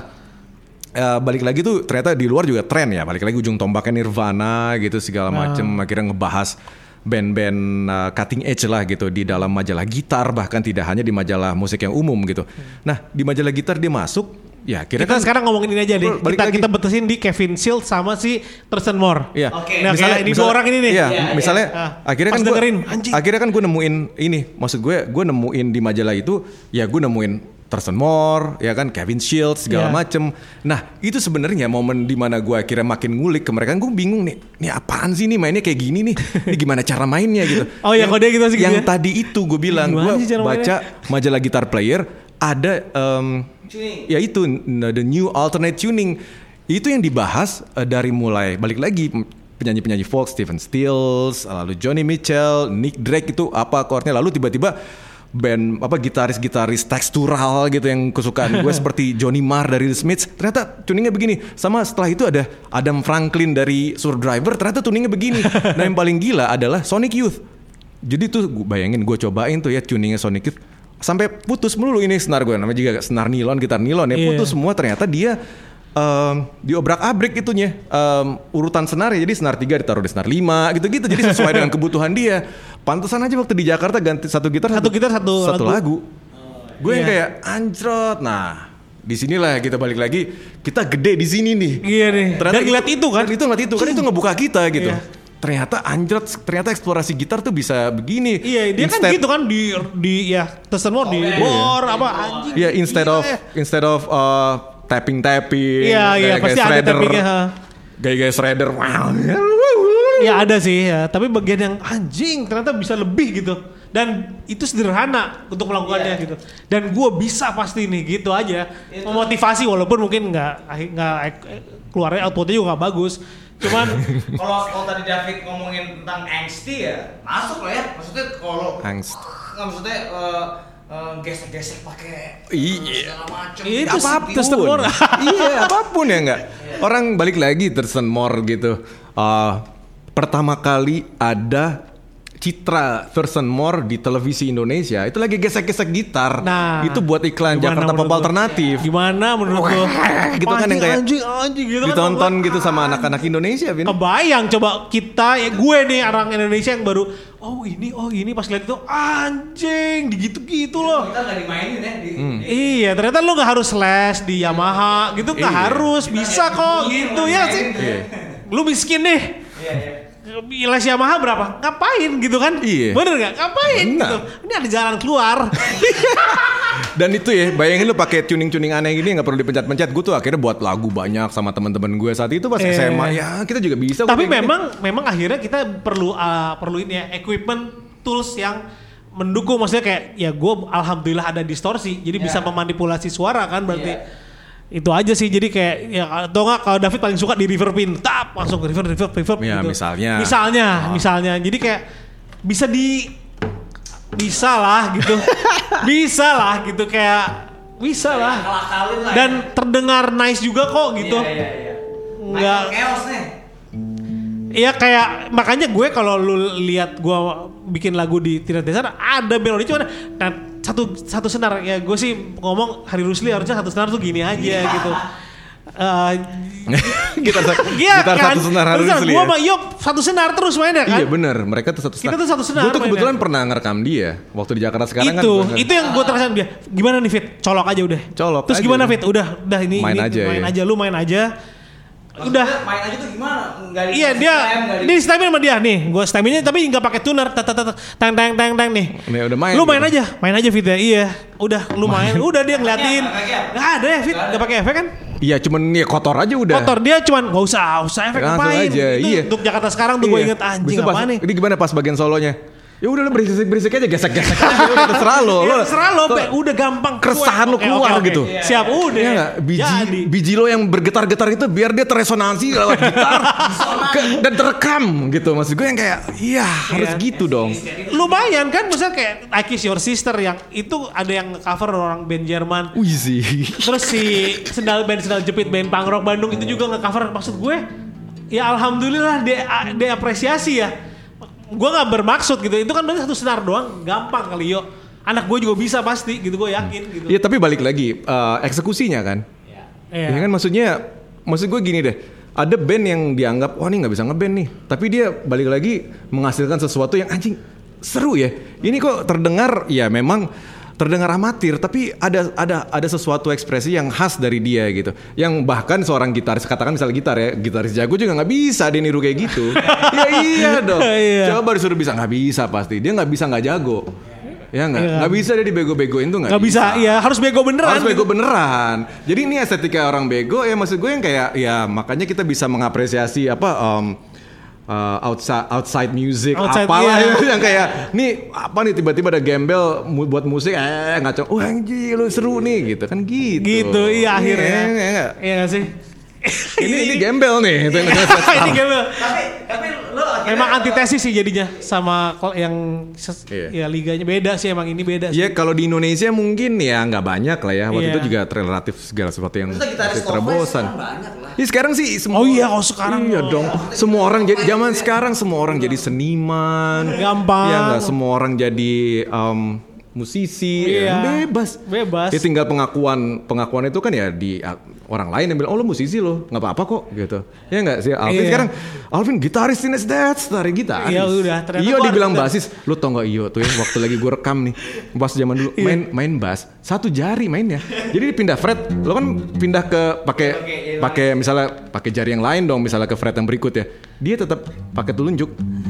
uh, balik lagi tuh ternyata di luar juga tren ya. Balik lagi ujung tombaknya Nirvana gitu segala macem. Akhirnya ngebahas band-band uh, cutting edge lah gitu di dalam majalah gitar, bahkan tidak hanya di majalah musik yang umum gitu. Nah, di majalah gitar dia masuk, ya kira Kita kan sekarang ngomongin ini aja deh. Balik Kita lagi. kita betesin di Kevin Shields sama si Thurston Moore. Iya. Oke. Nah, kayak ini dua orang ini nih. Iya, Iya, misalnya iya. Ah, akhirnya pas kan gue dengerin, anjing. akhirnya kan gue nemuin ini, maksud gue gue nemuin di majalah itu, ya gue nemuin Thurston Moore, ya kan Kevin Shields segala Iya. macem. Nah itu sebenarnya momen dimana gue akhirnya makin ngulik ke mereka, gue bingung nih, nih apaan sih nih mainnya kayak gini nih, ini gimana cara mainnya gitu. Oh iya, Yang- kalau dia gitu sih gitu Yang ya. tadi itu gue bilang, Gimana gue sih cara baca majalah Guitar Player ada em, Tuning. ya itu n- the new alternate tuning itu yang dibahas eh, dari mulai balik lagi penyanyi-penyanyi folk Stephen Stills, lalu Johnny Mitchell, Nick Drake itu apa chordnya, lalu tiba-tiba band apa gitaris-gitaris tekstural gitu yang kesukaan gue seperti Johnny Marr dari The Smiths, ternyata tuningnya begini. Sama setelah itu ada Adam Franklin dari Survivor, ternyata tuningnya begini. Nah yang paling gila adalah Sonic Youth. Jadi tuh gue bayangin gue cobain tuh ya tuningnya Sonic Youth sampai putus melulu ini senar gue, namanya juga senar nilon, gitar nilon ya, putus yeah. semua. Ternyata dia Um, diobrak-abrik itunya um, urutan senarnya, jadi senar tiga ditaruh di senar lima gitu-gitu, jadi sesuai dengan kebutuhan dia. Pantesan aja waktu di Jakarta ganti satu gitar satu, satu gitar satu, satu lagu, lagu. Oh, gue iya. yang kayak anjrot. Nah disinilah kita balik lagi, kita gede di sini nih. Iya nih. Ternyata dan ngeliat itu kan, itu ngeliat itu kan itu ngebuka kita gitu. Iya. Ternyata anjrot, ternyata eksplorasi gitar tuh bisa begini. Iya, dia instead, kan gitu kan di di ya Thurston Moore oh, di iya. bor apa anjing. Iya, instead iya. of instead of uh, tapping-tapping. Iya, iya pasti ada tappingnya. Gaya-gaya shredder. Wow. Ya ada sih ya, tapi bagian yang anjing ternyata bisa lebih gitu. Dan itu sederhana untuk melakukannya yeah. gitu. Dan gue bisa pasti nih gitu aja. Itu. Memotivasi walaupun mungkin nggak nggak keluarnya outputnya juga nggak bagus. Cuman kalau kalau tadi David ngomongin tentang angsty ya masuk lah ya. Maksudnya kalau angst. Nggak maksudnya uh, Uh, gesek-gesek pakai iya segala macam. Itu apapun. Iya, apapun ya enggak. Orang balik lagi Thurston Moore gitu. Uh, pertama kali ada citra Thurston Moore di televisi Indonesia itu lagi gesek-gesek gitar. Nah, itu buat iklan Jakarta Pop Alternatif. Gimana menurut lo? Gitu kan yang kayak anjing, anjing, gitu ditonton kan, gitu sama anak-anak Indonesia, Vin. Kebayang coba kita, ya gue nih orang Indonesia yang baru, oh ini, oh ini pas lihat itu anjing, digitu-gitu loh. Kita nggak dimainin ya. Di, hmm. di, iya, ternyata lo nggak harus slash di Yamaha gitu, nggak iya. harus, bisa kok gitu ya sih. Iya. Lu miskin nih. Iya, iya. Les Yamaha berapa? Ngapain gitu kan? Iya. Bener gak? Ngapain nah. gitu? Ini ada jalan keluar. Dan itu ya, bayangin lu pakai tuning-tuning aneh gini nggak perlu dipencet-pencet. Gue tuh akhirnya buat lagu banyak sama teman-teman gue saat itu pas eh. S M A. Ya kita juga bisa. Tapi memang gini. memang akhirnya kita perlu uh, perlu ini ya equipment tools yang mendukung. Maksudnya kayak ya gue alhamdulillah ada distorsi, jadi yeah. bisa memanipulasi suara kan berarti. Yeah. Itu aja sih, jadi kayak ya atau enggak kalau David paling suka di reverbin, tap langsung ke reverb reverb reverb ya, gitu. misalnya misalnya oh. misalnya jadi kayak bisa di bisa lah gitu bisa lah gitu kayak bisa lah dan terdengar nice juga kok gitu. Iya iya iya. Enggak chaos nih. Iya kayak makanya gue kalau lu lihat gue bikin lagu di Tidak Dasar ada melodi cuma nah, satu satu senar ya gue sih ngomong Hari Rusli harusnya satu senar tuh gini aja gitu. Uh, gitar iya, gitar kan? satu senar Hari Rusli. Gue mah yuk satu senar terus mainnya kan. Iya benar, mereka tuh satu senar. Kita tuh satu senar. Gue tuh kebetulan mainnya. Pernah ngerekam dia waktu di Jakarta sekarang itu, kan. Itu yang gue terasain dia. Gimana nih Fit? Colok aja udah. Colok. Terus aja. Gimana Fit? Udah, udah ini main ini, aja. Main ya. aja lu main aja. Maksudnya udah main aja tuh gimana? Nggak iya dia ini stamina sama dia nih gue staminanya tapi nggak pakai tuner tang tang tang tang nih nih udah main lu main gitu. aja main aja Fit ya iya udah lu main udah dia ngeliatin nggak ada ya Fit nggak pakai efek kan iya cuman ya kotor aja udah kotor dia cuman nggak usah usah efek ngapain aja, itu iya. Untuk Jakarta sekarang tuh iya. gue inget anjing apa nih ini gimana pas bagian solonya ya udah lu berisik berisik aja gesek gesek aja udah terserah lo ya, terserah lo udah gampang keresahan lo keluar okay, okay, gitu okay. Siap udah ya gak? biji Jadi. biji lo yang bergetar-getar itu biar dia teresonansi lewat gitar ke, dan terekam gitu maksud gue yang kayak iya harus yeah. gitu dong lumayan kan misalnya kayak I Kiss Your Sister yang itu ada yang cover orang band Jerman wih sih terus si sendal band sendal jepit band punk rock Bandung itu juga nge-cover maksud gue ya alhamdulillah dia dia apresiasi ya. Gue gak bermaksud gitu, itu kan berarti satu senar doang, gampang kali yo. Anak gue juga bisa pasti, gitu gue yakin gitu. Iya tapi balik lagi, uh, eksekusinya kan. Iya. Ya kan maksudnya, maksud gue gini deh. Ada band yang dianggap, wah ini gak bisa ngeband nih. Tapi dia balik lagi menghasilkan sesuatu yang anjing seru ya. Ini kok terdengar, ya memang terdengar amatir, tapi ada ada ada sesuatu ekspresi yang khas dari dia gitu. Yang bahkan seorang gitaris, katakan misalnya gitar ya, gitaris jago juga nggak bisa dia niru kayak gitu. Ya iya dong. Iya. Coba disuruh bisa nggak bisa pasti. Dia nggak bisa nggak jago. Ya nggak, nggak iya. bisa dia dibego-begoin tuh nggak. Nggak bisa. bisa, iya harus bego beneran. Harus bego beneran. Jadi ini estetika orang bego ya maksud gue yang kayak ya makanya kita bisa mengapresiasi apa. Um, Uh, outside outside music outside, apalah iya. Yang kayak nih apa nih tiba-tiba ada gembel mu- buat musik eh ngaco wah anjir lu seru nih gitu kan gitu gitu iya akhirnya iya, iya, iya gak sih ini ini gembel nih ini gembel tapi tapi lo memang antitesis sih jadinya sama kol- yang ses- Iya. ya liganya beda sih emang ini beda sih. Ya kalau di Indonesia mungkin ya nggak banyak lah ya. Waktu Iya. itu juga relatif segala sesuatu yang Maksudnya gitaris masih lo-fi terobosan. sekarang banyak lah. Ya sekarang sih semua. Oh iya, kalau sekarang Iya oh. dong. Semua orang jadi zaman sekarang semua orang jadi seniman. Gampang. Ya nggak semua orang jadi um, musisi. Iya. Ya, bebas. Bebas. Ya tinggal pengakuan pengakuan itu kan ya di uh, orang lain yang bilang oh lo musisi lo nggak apa-apa kok gitu. Ya nggak sih Alvin Iya. sekarang Alvin gitaris Teenage Death Star gitaris. Iya, udah. Ternyata Iyo gua dibilang harus- basis. Lo tau nggak Iyo tuh ya waktu lagi gue rekam nih pas zaman dulu main main bass satu jari mainnya. Jadi pindah fret. Lo kan pindah ke pakai Oke, iya, pakai misalnya pakai jari yang lain dong misalnya ke fret yang berikut ya. Dia tetap pakai telunjuk.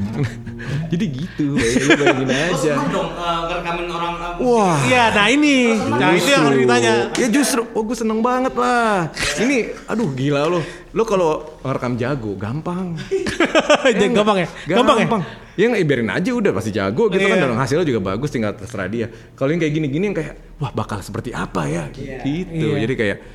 Jadi gitu. Lu bayangin Lo aja. seneng dong uh, ngerekamin orang uh, musik. Wah. Iya, nah ini. Nah itu yang harus ditanya. Ya justru, oh gue seneng banget lah. Ini, aduh gila lo. Lo kalau ngerekam jago, gampang. Jadi gampang ya? Gampang, ya? Ya nggak biarin aja udah pasti jago gitu kan Iya. dan hasilnya juga bagus tinggal terserah dia. Kalau yang kayak gini-gini yang kayak wah bakal seperti apa ya gitu. Iya. Jadi kayak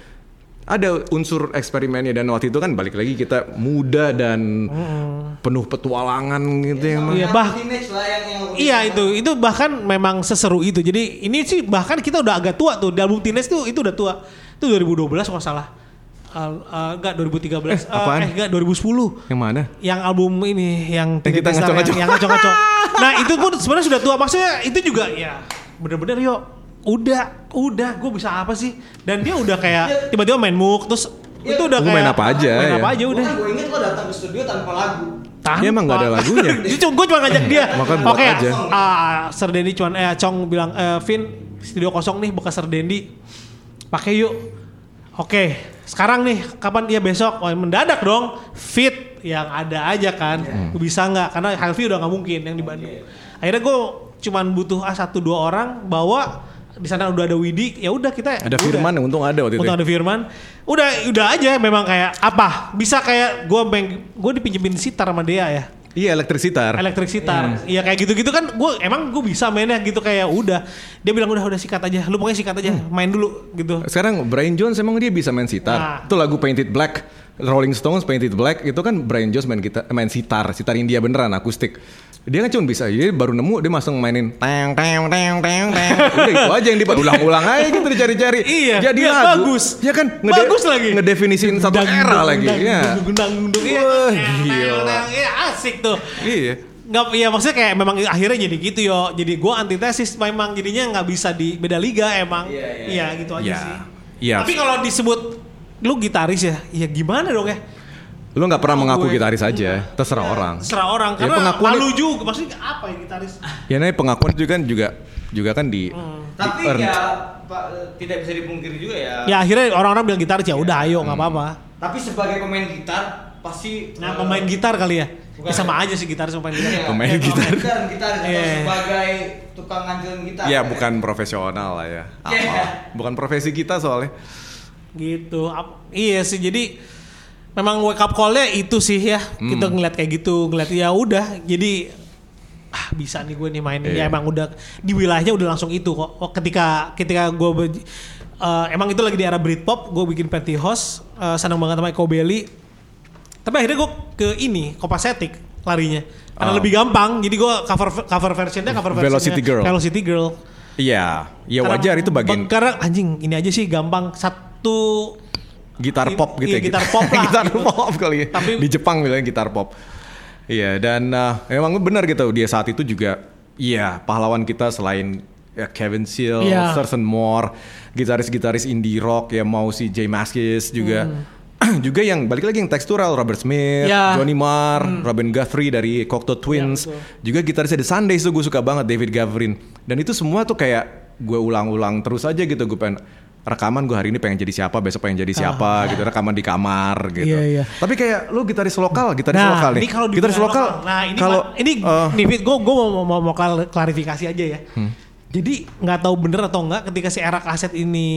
ada unsur eksperimennya dan waktu itu kan balik lagi kita muda dan penuh petualangan gitu ya emang. Iya, Yang bah. teenage lah yang yang Iya itu, itu bahkan memang seseru itu. Jadi ini sih bahkan kita udah agak tua tuh. Di album Teenage tuh itu udah tua. Itu dua ribu dua belas kalau nggak salah. Uh, uh, enggak dua ribu tiga belas. Eh, apaan? Uh, eh enggak dua ribu sepuluh. Yang mana? Yang album ini yang Yang kita Teenage Star, ngaco-ngaco. yang, yang ngaco-ngaco. Nah itu pun sebenarnya sudah tua. Maksudnya itu juga ya bener-bener yo. Udah, udah, gue bisa apa sih? Dan dia udah kayak tiba-tiba main muk, terus Iya. itu udah Gua kayak main apa aja, main ya. apa aja udah. Gue inget lo datang ke studio tanpa lagu. Tanpa. Dia emang nggak ada lagunya. Itu gue cuma ngajak dia. Maka buat Oke, aja. ah, Sir Dendi cuman eh Cong bilang eh Vin studio kosong nih bekas Sir Dendi. Pakai yuk. Oke, sekarang nih kapan dia besok? Oh, mendadak dong. Fit yang ada aja kan. Gue bisa nggak? Karena Helvi udah nggak mungkin yang di Bandung. Akhirnya gue cuman butuh ah, satu dua orang bawa. Di sana udah ada Widi, ya udah kita Ada udah. Firman yang untung ada waktu itu. Untung ada Firman. Udah udah aja memang kayak apa? Bisa kayak gue gue dipinjemin sitar sama dia ya. Iya elektrik sitar. Elektrik sitar. Iya kayak gitu-gitu kan gue emang gue bisa mainnya gitu kayak udah. Dia bilang udah udah sikat aja. Lu pokoknya sikat aja, main dulu gitu. Sekarang Brian Jones emang dia bisa main sitar. Nah. Itu lagu Painted Black, Rolling Stones Painted Black itu kan Brian Jones main kita main sitar, sitar India beneran akustik. Dia kan cuma bisa, jadi baru nemu dia langsung mainin teng teng teng teng teng. Udah itu aja yang diulang-ulang aja gitu dicari-cari. Iya, Jadi iya, lagu. bagus. Ya kan Bagus lagi. Ngedefinisiin satu Dang, era dang, lagi. dang, Iya. dang, dang, dang, iya. Wah, Dang, gila. dang, iya, asik tuh. Iya. Nggak, ya maksudnya kayak memang akhirnya jadi gitu yo. Jadi gue antitesis memang jadinya nggak bisa di beda liga emang. Iya, iya. Iya gitu aja Iya. sih. Iya. Tapi kalau disebut lu gitaris ya, ya gimana dong ya? Lu nggak pernah mengaku gue- gitaris aja, terserah orang. Terserah orang Ya, karena pengakuan- malu juga. Maksudnya apa ya gitaris? Ya namanya pengakuan juga kan juga juga kan di, Tapi di earn. ya Pak, tidak bisa dipungkiri juga ya. Ya akhirnya orang-orang bilang gitaris ya udah ayo nggak apa-apa. Tapi sebagai pemain gitar pasti Nah eh, pemain gitar kali ya. bukan. Ya, sama aja sih gitaris sama pemain gitar. iya, Pemain ya, gitar. Bukan gitar atau Iya. sebagai tukang ngancurin gitar. Ya bukan profesional lah ya. Apa? Iya. Bukan profesi kita soalnya. Gitu. Ap- iya sih jadi memang wake up call-nya itu sih ya. Kita ngeliat kayak gitu, ngeliat ya udah. Jadi ah bisa nih gue nih main. Ya Iya. emang udah di wilayahnya udah langsung itu kok. Oh, ketika ketika gue be- eh, emang itu lagi di era Britpop, gue bikin Pantyhose, uh, senang banget sama Eko Belly. Tapi akhirnya gue ke ini, Copacetic larinya. Karena Oh. lebih gampang. Jadi gue cover cover versionnya cover versionnya Velocity Girl. Velocity Girl. Iya, ya Karena- wajar itu bagian Karena anjing ini aja sih gampang satu gitar pop gitu iya, ya. gitar pop lah, gitar gitu. pop kali ya. Tapi- di Jepang bilangnya gitar pop. Iya, dan uh, emang benar gitu dia saat itu juga iya, pahlawan kita selain ya Kevin Seal, Iya. Thurston Moore, gitaris-gitaris indie rock ya mau si Jay Mascis juga. juga yang balik lagi yang tekstural Robert Smith, Hmm. Ya. Johnny Marr, Robin Guthrie dari Cocteau Twins, betul. juga gitarisnya The Sundays tuh gue suka banget David Gavrin. Dan itu semua tuh kayak gue ulang-ulang terus aja gitu gue pengen rekaman gue hari ini pengen jadi siapa, besok pengen jadi siapa gitu, rekaman di kamar gitu. Iya, iya. Tapi kayak lu gitaris lokal, gitaris Nah, lokal nih. ini kalau gitaris dibilang lokal. Nah, ini kalau ma- ini eh, nih Fit, gue gue mau, mau mau klar- klarifikasi aja ya. Hmm. Jadi nggak tahu bener atau enggak ketika si era kaset ini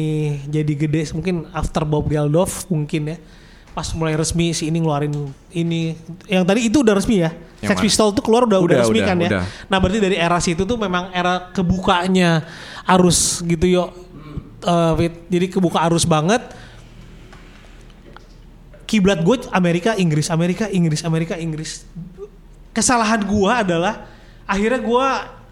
jadi gede mungkin after Bob Geldof mungkin ya. Pas mulai resmi si ini ngeluarin ini yang tadi itu udah resmi ya. Yang Sex mana? Pistols tuh keluar udah udah, Udah, resmi udah, kan ya. udah. Nah, berarti dari era situ tuh memang era kebukanya arus gitu yo. Eh, Fit. Jadi kebuka arus banget. Kiblat gue Amerika, Inggris, Amerika, Inggris, Amerika, Inggris. kesalahan gue adalah akhirnya gue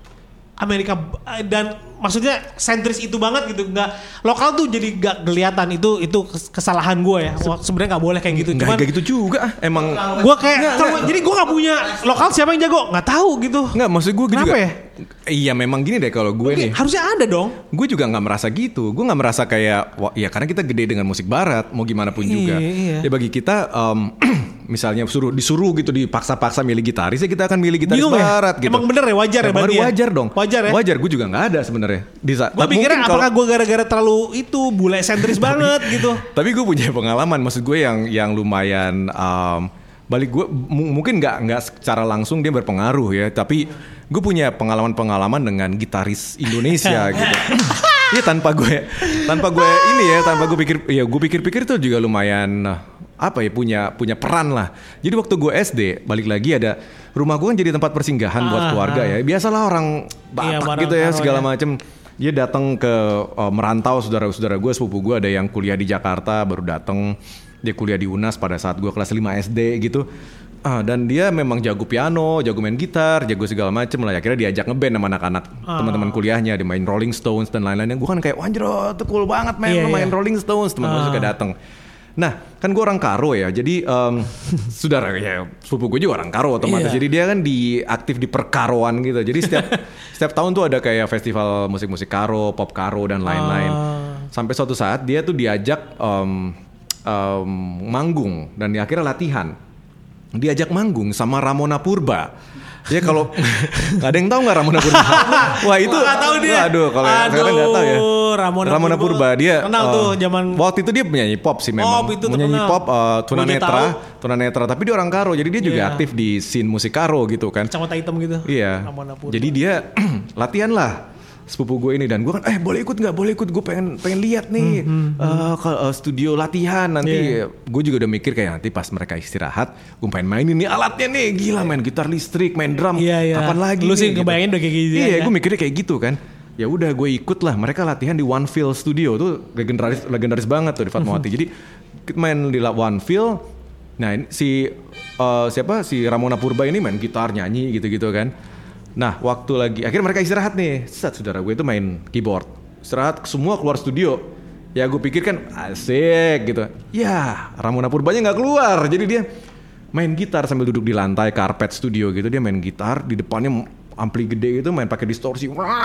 Amerika dan maksudnya sentris itu banget gitu, nggak lokal tuh jadi nggak kelihatan. Itu itu kesalahan gue ya. Sebenarnya nggak boleh kayak gitu. Nggak kayak gitu juga. Emang gue kayak kalo, jadi gue nggak punya lokal siapa yang jago nggak tahu gitu. Nggak, maksud gue kenapa juga. Ya? Iya memang gini deh kalau gue nih. Harusnya ada dong. Gue juga nggak merasa gitu. Gue nggak merasa kayak wah, ya karena kita gede dengan musik barat mau gimana pun juga. Iya, iya. Ya bagi kita um, misalnya suruh disuruh gitu dipaksa-paksa milih gitaris ya kita akan milih gitaris Bingung barat ya? gitu. Emang bener ya wajar ya, Emang berarti ya? wajar dong. Wajar ya. Wajar gue juga nggak ada sebenarnya. Di saat Gue pikirnya apakah kalau, gue gara-gara terlalu itu bule sentris banget gitu. Tapi gue punya pengalaman, maksud gue yang yang lumayan um, balik gue m- mungkin nggak nggak secara langsung dia berpengaruh ya, tapi gue punya pengalaman-pengalaman dengan gitaris Indonesia gitu. Iya tanpa gue tanpa gue ini ya tanpa gue pikir ya gue pikir-pikir itu juga lumayan apa ya punya punya peran lah. Jadi waktu gue S D balik lagi ada rumah gue kan jadi tempat persinggahan ah, buat keluarga ah. ya. Biasalah orang Batak iya, gitu ya segala macem. Dia datang ke uh, merantau saudara-saudara gue, sepupu gue ada yang kuliah di Jakarta baru datang. Dia kuliah di U N A S pada saat gue kelas lima S D gitu. Ah, dan dia memang jago piano, jago main gitar, jago segala macem lah. Akhirnya diajak ngeband sama anak-anak ah. teman-teman kuliahnya, dia main Rolling Stones dan lain-lain. Gue kan kayak wanjro, tuh cool banget men, yeah, lo main yeah. Rolling Stones. Teman-teman ah. suka datang. Nah, kan gue orang Karo ya, jadi um, saudara ya sepupu gue juga orang Karo otomatis. Yeah. Jadi dia kan di aktif di perkaroan gitu. Jadi setiap setiap tahun tuh ada kayak festival musik-musik Karo, pop Karo dan lain-lain. Ah. Sampai suatu saat dia tuh diajak um, um, manggung dan akhirnya latihan. Diajak manggung sama Ramona Purba. Ya kalau nggak ada yang tahu nggak Ramona Purba? Wah itu nggak tahu dia. Aduh kalau sekarang nggak tahu ya. Ramona, Ramona Purba, Purba dia. Kenal uh, tuh zaman. Waktu itu dia penyanyi pop sih memang. Pop itu penyanyi terkenal. pop uh, tunanetra, tunanetra. Tapi dia orang Karo, jadi dia yeah. juga aktif di scene musik Karo gitu kan. Kacamata hitam gitu. Iya. Jadi dia latihan lah. Sepupu gue ini dan gue kan eh boleh ikut nggak boleh ikut gue pengen pengen lihat nih hmm, hmm, uh, ke uh, studio latihan nanti yeah. gue juga udah mikir kayak nanti pas mereka istirahat gue pengen mainin nih alatnya nih gila main gitar listrik main drum yeah, yeah. kapan lagi lu nih, sih gitu. Kebayangin udah kayak gitu iya ya? Gue mikirnya kayak gitu kan ya udah gue ikut lah mereka latihan di One Feel Studio tuh legendaris legendaris banget tuh di Fatmawati jadi main di One Feel nah ini, si uh, siapa si Ramona Purba ini main gitar nyanyi gitu-gitu kan. Nah waktu lagi akhirnya mereka istirahat nih set saudara gue itu main keyboard istirahat semua keluar studio ya gue pikir kan asik gitu ya Ramona Purbanya nggak keluar jadi dia main gitar sambil duduk di lantai karpet studio gitu dia main gitar di depannya ampli gede gitu main pakai distorsi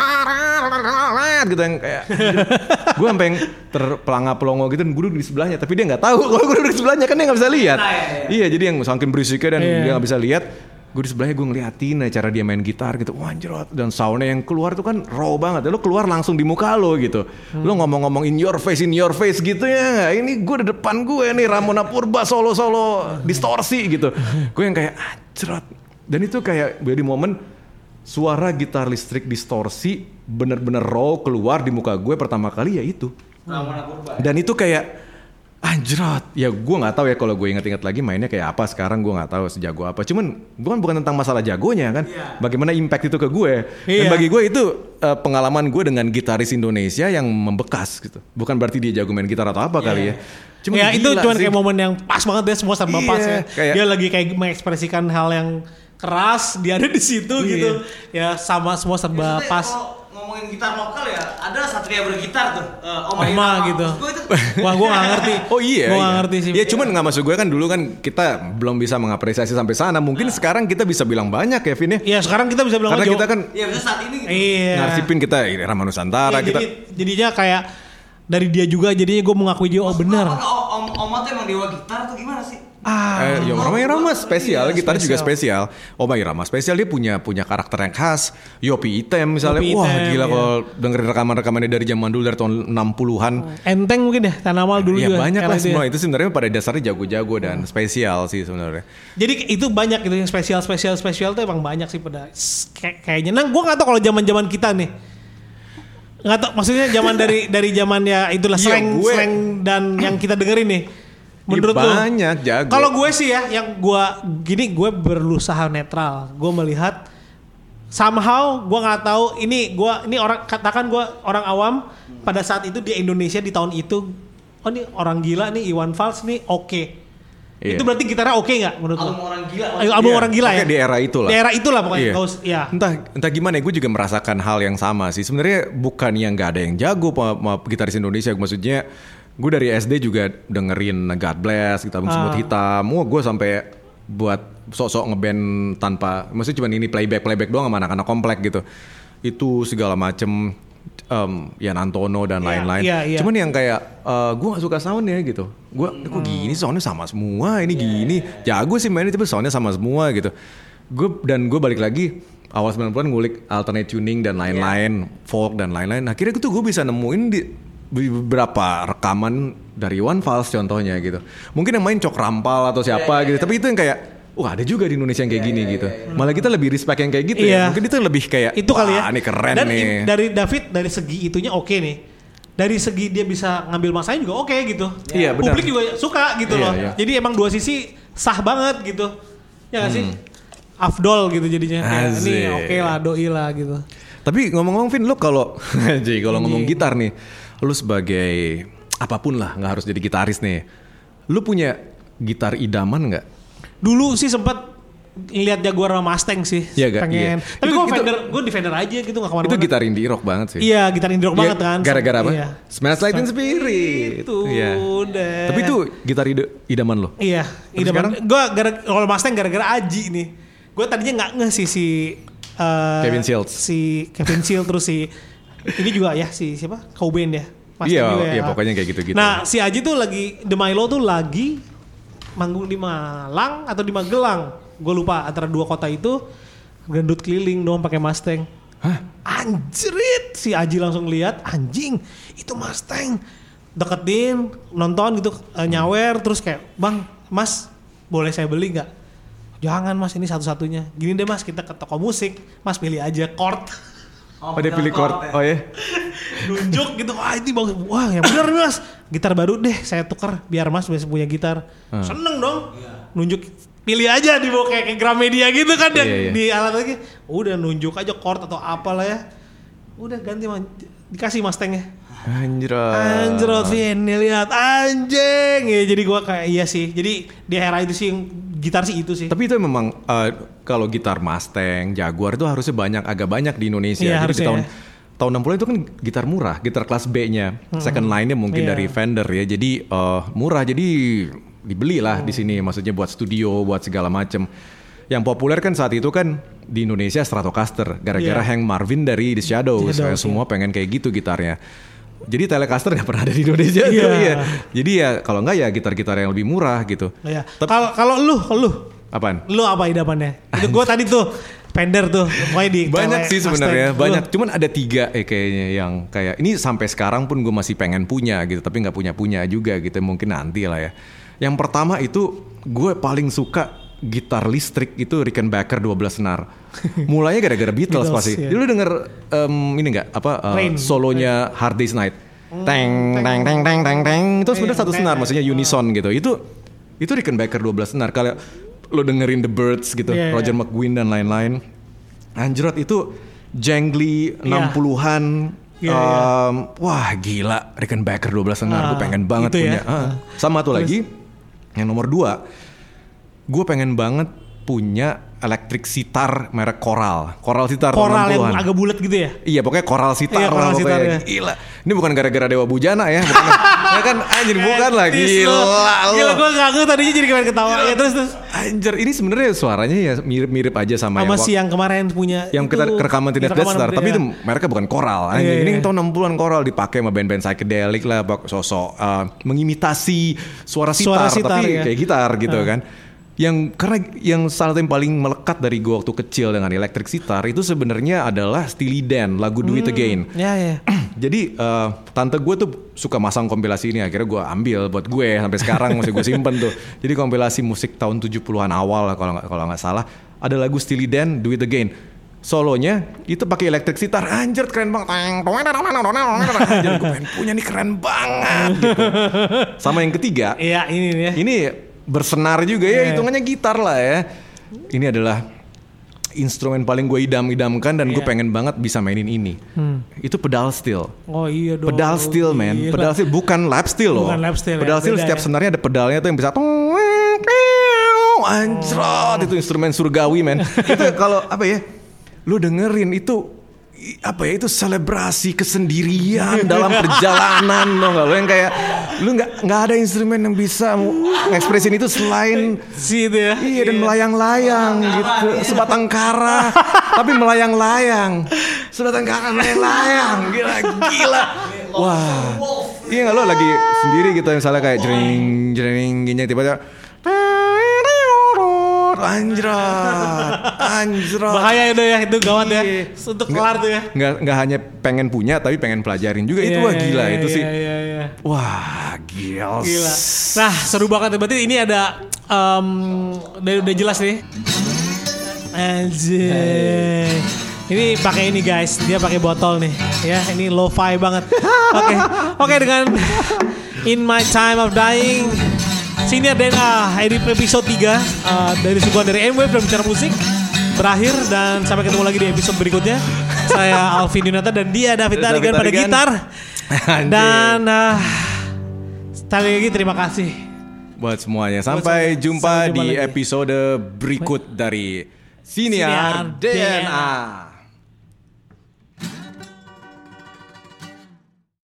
gitu yang kayak gue sampai yang terpelanga-pelongo gitu dan gue duduk di sebelahnya tapi dia nggak tahu kalau gue duduk di sebelahnya kan dia nggak bisa lihat nah, iya, iya. iya jadi yang saking berisiknya dan yeah. dia nggak bisa lihat gue di sebelahnya gue ngeliatin cara dia main gitar gitu wah anjrot dan soundnya yang keluar tuh kan raw banget lo keluar langsung di muka lo gitu hmm. lo ngomong-ngomong in your face in your face gitu ya ini gue di depan gue nih Ramona Purba solo-solo distorsi gitu gue yang kayak anjrot dan itu kayak jadi momen suara gitar listrik distorsi bener-bener raw keluar di muka gue pertama kali ya itu Ramona Purba dan itu kayak anjrot, ya gue nggak tahu ya kalau gue inget-inget lagi mainnya kayak apa sekarang gue nggak tahu sejago apa. Cuman bukan bukan tentang masalah jagonya kan, yeah. bagaimana impact itu ke gue. Yeah. Dan bagi gue itu uh, pengalaman gue dengan gitaris Indonesia yang membekas gitu. Bukan berarti dia jago main gitar atau apa yeah. kali ya. Cuman ya itu cuma kayak momen yang pas banget deh semua serba yeah, pas ya. Kayak, dia lagi kayak mengekspresikan hal yang keras, dia ada di situ yeah. gitu. Ya sama semua serba ya, pas. Ngomongin gitar lokal ya, ada Satria Bergitar tuh, uh, Oma, Oma gitu. Wah gue gak ngerti. Oh iya. Gue iya. gak ngerti sih. Ya cuman nggak masuk gue kan dulu kan kita belum bisa mengapresiasi sampai sana. Mungkin nah. sekarang kita bisa bilang banyak ya Vin ya. Iya sekarang kita bisa bilang karena banyak. kita kan. Iya bisa saat ini. Gitu. Iya. Ngarsipin kita Irama Nusantara ya, kita. Jadi, jadinya kayak dari dia juga jadinya gue mengakui dia oh benar. Om Oma tuh emang dewa gitar tuh gimana sih? Ah, eh, ya Roma Irama spesial, iya, gitar juga spesial. Oma Irama spesial dia punya punya karakter yang khas. Yopi Item misalnya, Yopi wah Item, gila iya. kalau dengerin rekaman-rekamannya dari zaman dulu dari tahun enam puluhan. Enteng mungkin ya, Tanamal dulu ya, juga. Banyak lah semua itu sebenarnya pada dasarnya jago-jago dan spesial sih sebenarnya. Jadi itu banyak gitu yang spesial spesial spesial tuh emang banyak sih pada kayak kayaknya. Nah, gue nggak tahu kalau zaman-zaman kita nih. Nggak tahu maksudnya zaman dari dari zaman ya itulah slang ya, slang dan yang kita dengerin nih. Menurut ya, banyak lu, jago. Kalau gue sih ya, yang gue gini gue berusaha netral. Gue melihat somehow gue nggak tahu ini gue ini orang katakan gue orang awam pada saat itu di Indonesia di tahun itu, oh ini orang gila nih Iwan Fals nih oke. Okay. Iya. Itu berarti gitarnya oke nggak menurut lo? Album orang gila. Ayo, album Iya, orang gila oke, ya. di era itulah. Di era itulah pokoknya. Iya. Nggak usah- ya. Entah entah gimana ya, gue juga merasakan hal yang sama sih. Sebenarnya bukan yang nggak ada yang jago sama, sama gitaris Indonesia. Maksudnya gue dari S D juga dengerin God Bless, Gitar Semut Ah. Hitam. Wah, gue sampai buat sok-sok ngeband tanpa, maksudnya cuma ini playback playback doang sama anak-anak komplek gitu. Itu segala macem. Um, Yan Antono dan Iya, lain-lain. iya, iya. Cuman yang kayak uh, gue gak suka soundnya gitu. Gue kok gini soundnya sama semua. Ini gini jago sih mainnya tapi soundnya sama semua gitu. Gue dan gue balik lagi awal sembilan puluhan ngulik alternate tuning dan lain-lain, folk dan lain-lain. Akhirnya gue tuh gue bisa nemuin di beberapa rekaman dari One Vals contohnya gitu. Mungkin yang main Cok Rampal atau siapa gitu. Tapi itu yang kayak wah ada juga di Indonesia yang kayak gini gitu. Malah kita lebih respect yang kayak gitu ya. Iya. Mungkin itu lebih kayak Itu kali ya. wah ini keren Dan nih. i- dari David dari segi itunya oke nih. Dari segi dia bisa ngambil masanya juga oke gitu. Iya, benar. Publik juga suka gitu Iya, loh. iya. Jadi emang dua sisi sah banget gitu. Ya nggak sih? Afdol gitu jadinya. Ya, ini Asik. oke lah, doi lah gitu. Tapi ngomong-ngomong Vin, lu kalau jadi kalau ngomong Anjing. gitar nih, lu sebagai apapun lah, nggak harus jadi gitaris nih. Lu punya gitar idaman nggak? Dulu sih sempat lihat Jaguar sama Mustang sih. Iya gak? Pengen. Iya. Tapi Itu- gue itu- Fender, gue di Fender aja gitu nggak kemana-mana. Itu gitar indie rock banget sih. Iya, gitar indie rock Iya, banget kan. Gara-gara apa? Iya. Smells Like Teen Spirit. Itu Iya. deh. Tapi itu gitar ide, idaman lo. Iya, Tapi idaman. sekarang? Gue gara kalau Mustang gara-gara Aji nih. Gue tadinya nggak nge sih si eh, Kevin Shields. si Kevin Shields terus si ini juga ya si siapa? Cobain ya. Mustang Iya, juga ya. iya pokoknya kayak gitu-gitu. Nah, si Aji tuh lagi The Milo tuh lagi manggung di Malang atau di Magelang. Gue lupa antara dua kota itu. Gendut keliling dong pakai Mustang. Hah? Anjrit, si Aji langsung lihat, anjing, itu Mustang. Deketin, nonton gitu, eh, nyawer terus kayak, "Bang, Mas, boleh saya beli nggak?" "Jangan, Mas, ini satu-satunya." "Gini deh, Mas, kita ke toko musik. Mas pilih aja chord." Oh, dia pilih chord. Oh ya. Nunjuk gitu, "Wah, ini bagus. Wah, yang benar nih, Mas. Gitar baru deh, saya tukar biar Mas bisa punya gitar." Hmm. Seneng dong. Nunjuk pilih aja di bawah kayak, kayak Gramedia gitu kan yang Iya, iya. di alat lagi. Udah nunjuk aja chord atau apalah ya. Udah ganti man, dikasih Mustangnya. Anjrot. Anjrot Vin, nih lihat anjing. Ya jadi gua kayak iya sih. Jadi di era itu sih yang gitar sih itu sih. Tapi itu memang uh, kalau gitar Mustang, Jaguar itu harusnya banyak, agak banyak di Indonesia. Iya, Jadi di harusnya tahun ya. tahun enam puluhan itu kan gitar murah, gitar kelas B-nya, second line-nya mungkin Iya. dari Fender ya. Jadi uh, murah, jadi dibeli lah di sini. Maksudnya buat studio, buat segala macem. Yang populer kan saat itu kan di Indonesia Stratocaster, gara-gara Iya. Hank Marvin dari The Shadows. Shadows, Kayak semua pengen kayak gitu gitarnya. Jadi Telecaster nggak pernah ada di Indonesia Iya. tuh ya. Jadi ya kalau nggak ya gitar-gitar yang lebih murah gitu. Iya. Tapi- Kalau kalau lu, lu, Apaan? lu apa idamannya? Itu gua tadi tuh Fender tuh, pokoknya di Banyak Tele- sih sebenarnya, Mustang. banyak. Lu? Cuman ada tiga eh kayaknya yang kayak ini sampai sekarang pun gue masih pengen punya gitu, tapi nggak punya punya juga gitu. Mungkin nanti lah ya. Yang pertama itu gue paling suka gitar listrik itu Rickenbacker dua belas senar. Mulainya gara-gara Beatles, Beatles, pasti. iya. Jadi lu denger em, ini nggak apa uh, Rain. solonya Hard Day's Night. Teng teng teng teng teng teng itu sebenarnya satu senar, maksudnya unison gitu. Itu itu Rickenbacker dua belas senar. Kalau lo dengerin The Byrds gitu, Iya, Roger iya. McGuinn dan lain-lain. Anjrot itu jangly enam puluhan. Iya, em, Wah gila, Rickenbacker dua belas senar. Ah, Gue pengen banget gitu punya. ya. Ah. Sama tuh lagi, yang nomor dua, gue pengen banget punya elektrik sitar merek Coral. Coral sitar Koral yang enam puluhan. agak bulat gitu ya? Iya pokoknya koral sitar Iya, lah koral pokoknya. sitar, ya. Gila. Ini bukan gara-gara Dewa Bujana ya. Bukan, ya kan anjir bukan lah. Etis Gila lu. lo. Gila gue gak ngerti tadinya jadi kemarin ketawa. Ya terus terus. Anjir ini sebenarnya suaranya ya mirip-mirip aja sama, Sama yang, si yang kemarin punya yang itu, kita rekaman tidak rekaman Death Star. dia. Tapi itu mereka bukan koral. Anjir, Iya, ini iya. tahun enam puluhan koral dipakai sama band-band psychedelic lah. Sosok uh, mengimitasi suara sitar, Suara sitar, tapi ya. kayak gitar gitu Uh. kan. Yang karena yang salah satu yang paling melekat dari gue waktu kecil dengan elektrik sitar itu sebenarnya adalah Steely Dan, lagu Do It Again. Ya ya. Jadi uh, tante gue tuh suka masang kompilasi ini, akhirnya gue ambil buat gue sampai sekarang masih gue simpen tuh. Jadi kompilasi musik tahun tujuh puluhan awal lah kalau nggak kalau nggak salah, ada lagu Steely Dan Do It Again. Solonya itu pakai elektrik sitar, anjir keren banget. Anjir gue pengen punya nih, keren banget gitu. Sama yang ketiga, Iya ini nih ya. ini bersenar juga ya, Iya. hitungannya gitar lah ya. Ini adalah instrumen paling gue idam-idamkan dan gue Iya. pengen banget bisa mainin ini. Itu pedal steel. Oh iya dong. Pedal steel man, Gila. pedal steel bukan lap steel loh. Bukan lap steel, Pedal ya, steel beda setiap ya. senarnya ada pedalnya tuh yang bisa anjrot, itu instrumen surgawi men. Itu kalau apa ya, lu dengerin itu apa ya, itu selebrasi kesendirian dalam perjalanan, dong nggak lo, yang kayak lu nggak nggak ada instrumen yang bisa ngekspresin itu selain si itu ya. Iya, dan melayang-layang gitu, sebatang kara tapi melayang-layang, sebatang kara melayang-layang, gila gila. Wah, iya nggak lo lagi sendiri gitu misalnya kayak jering jering gini tiba-tiba anjrot, anjrot. Bahaya itu ya, itu gawat ya. Iya. Untuk kelar tuh ya. Nggak nggak hanya pengen punya tapi pengen pelajarin juga. Itu Iya, wah iya, gila iya, itu iya, sih. iya, iya. Wah gila. Gila. Nah, seru banget. Berarti ini ada um, udah, udah jelas nih. Anjir. Ini pakai ini guys, dia pakai botol nih. Ya, ini lo-fi banget. Oke. Oke, dengan In My Time of Dying, Siniar D N A episode tiga uh, dari suguhan dari M-Wave dan bicara musik berakhir, dan sampai ketemu lagi di episode berikutnya. Saya Alvin Yunata dan dia David Tarigan pada gitar. Dan uh, sekali lagi terima kasih buat semuanya. Sampai jumpa Sampai jumpa di lagi. episode berikut dari Siniar D N A.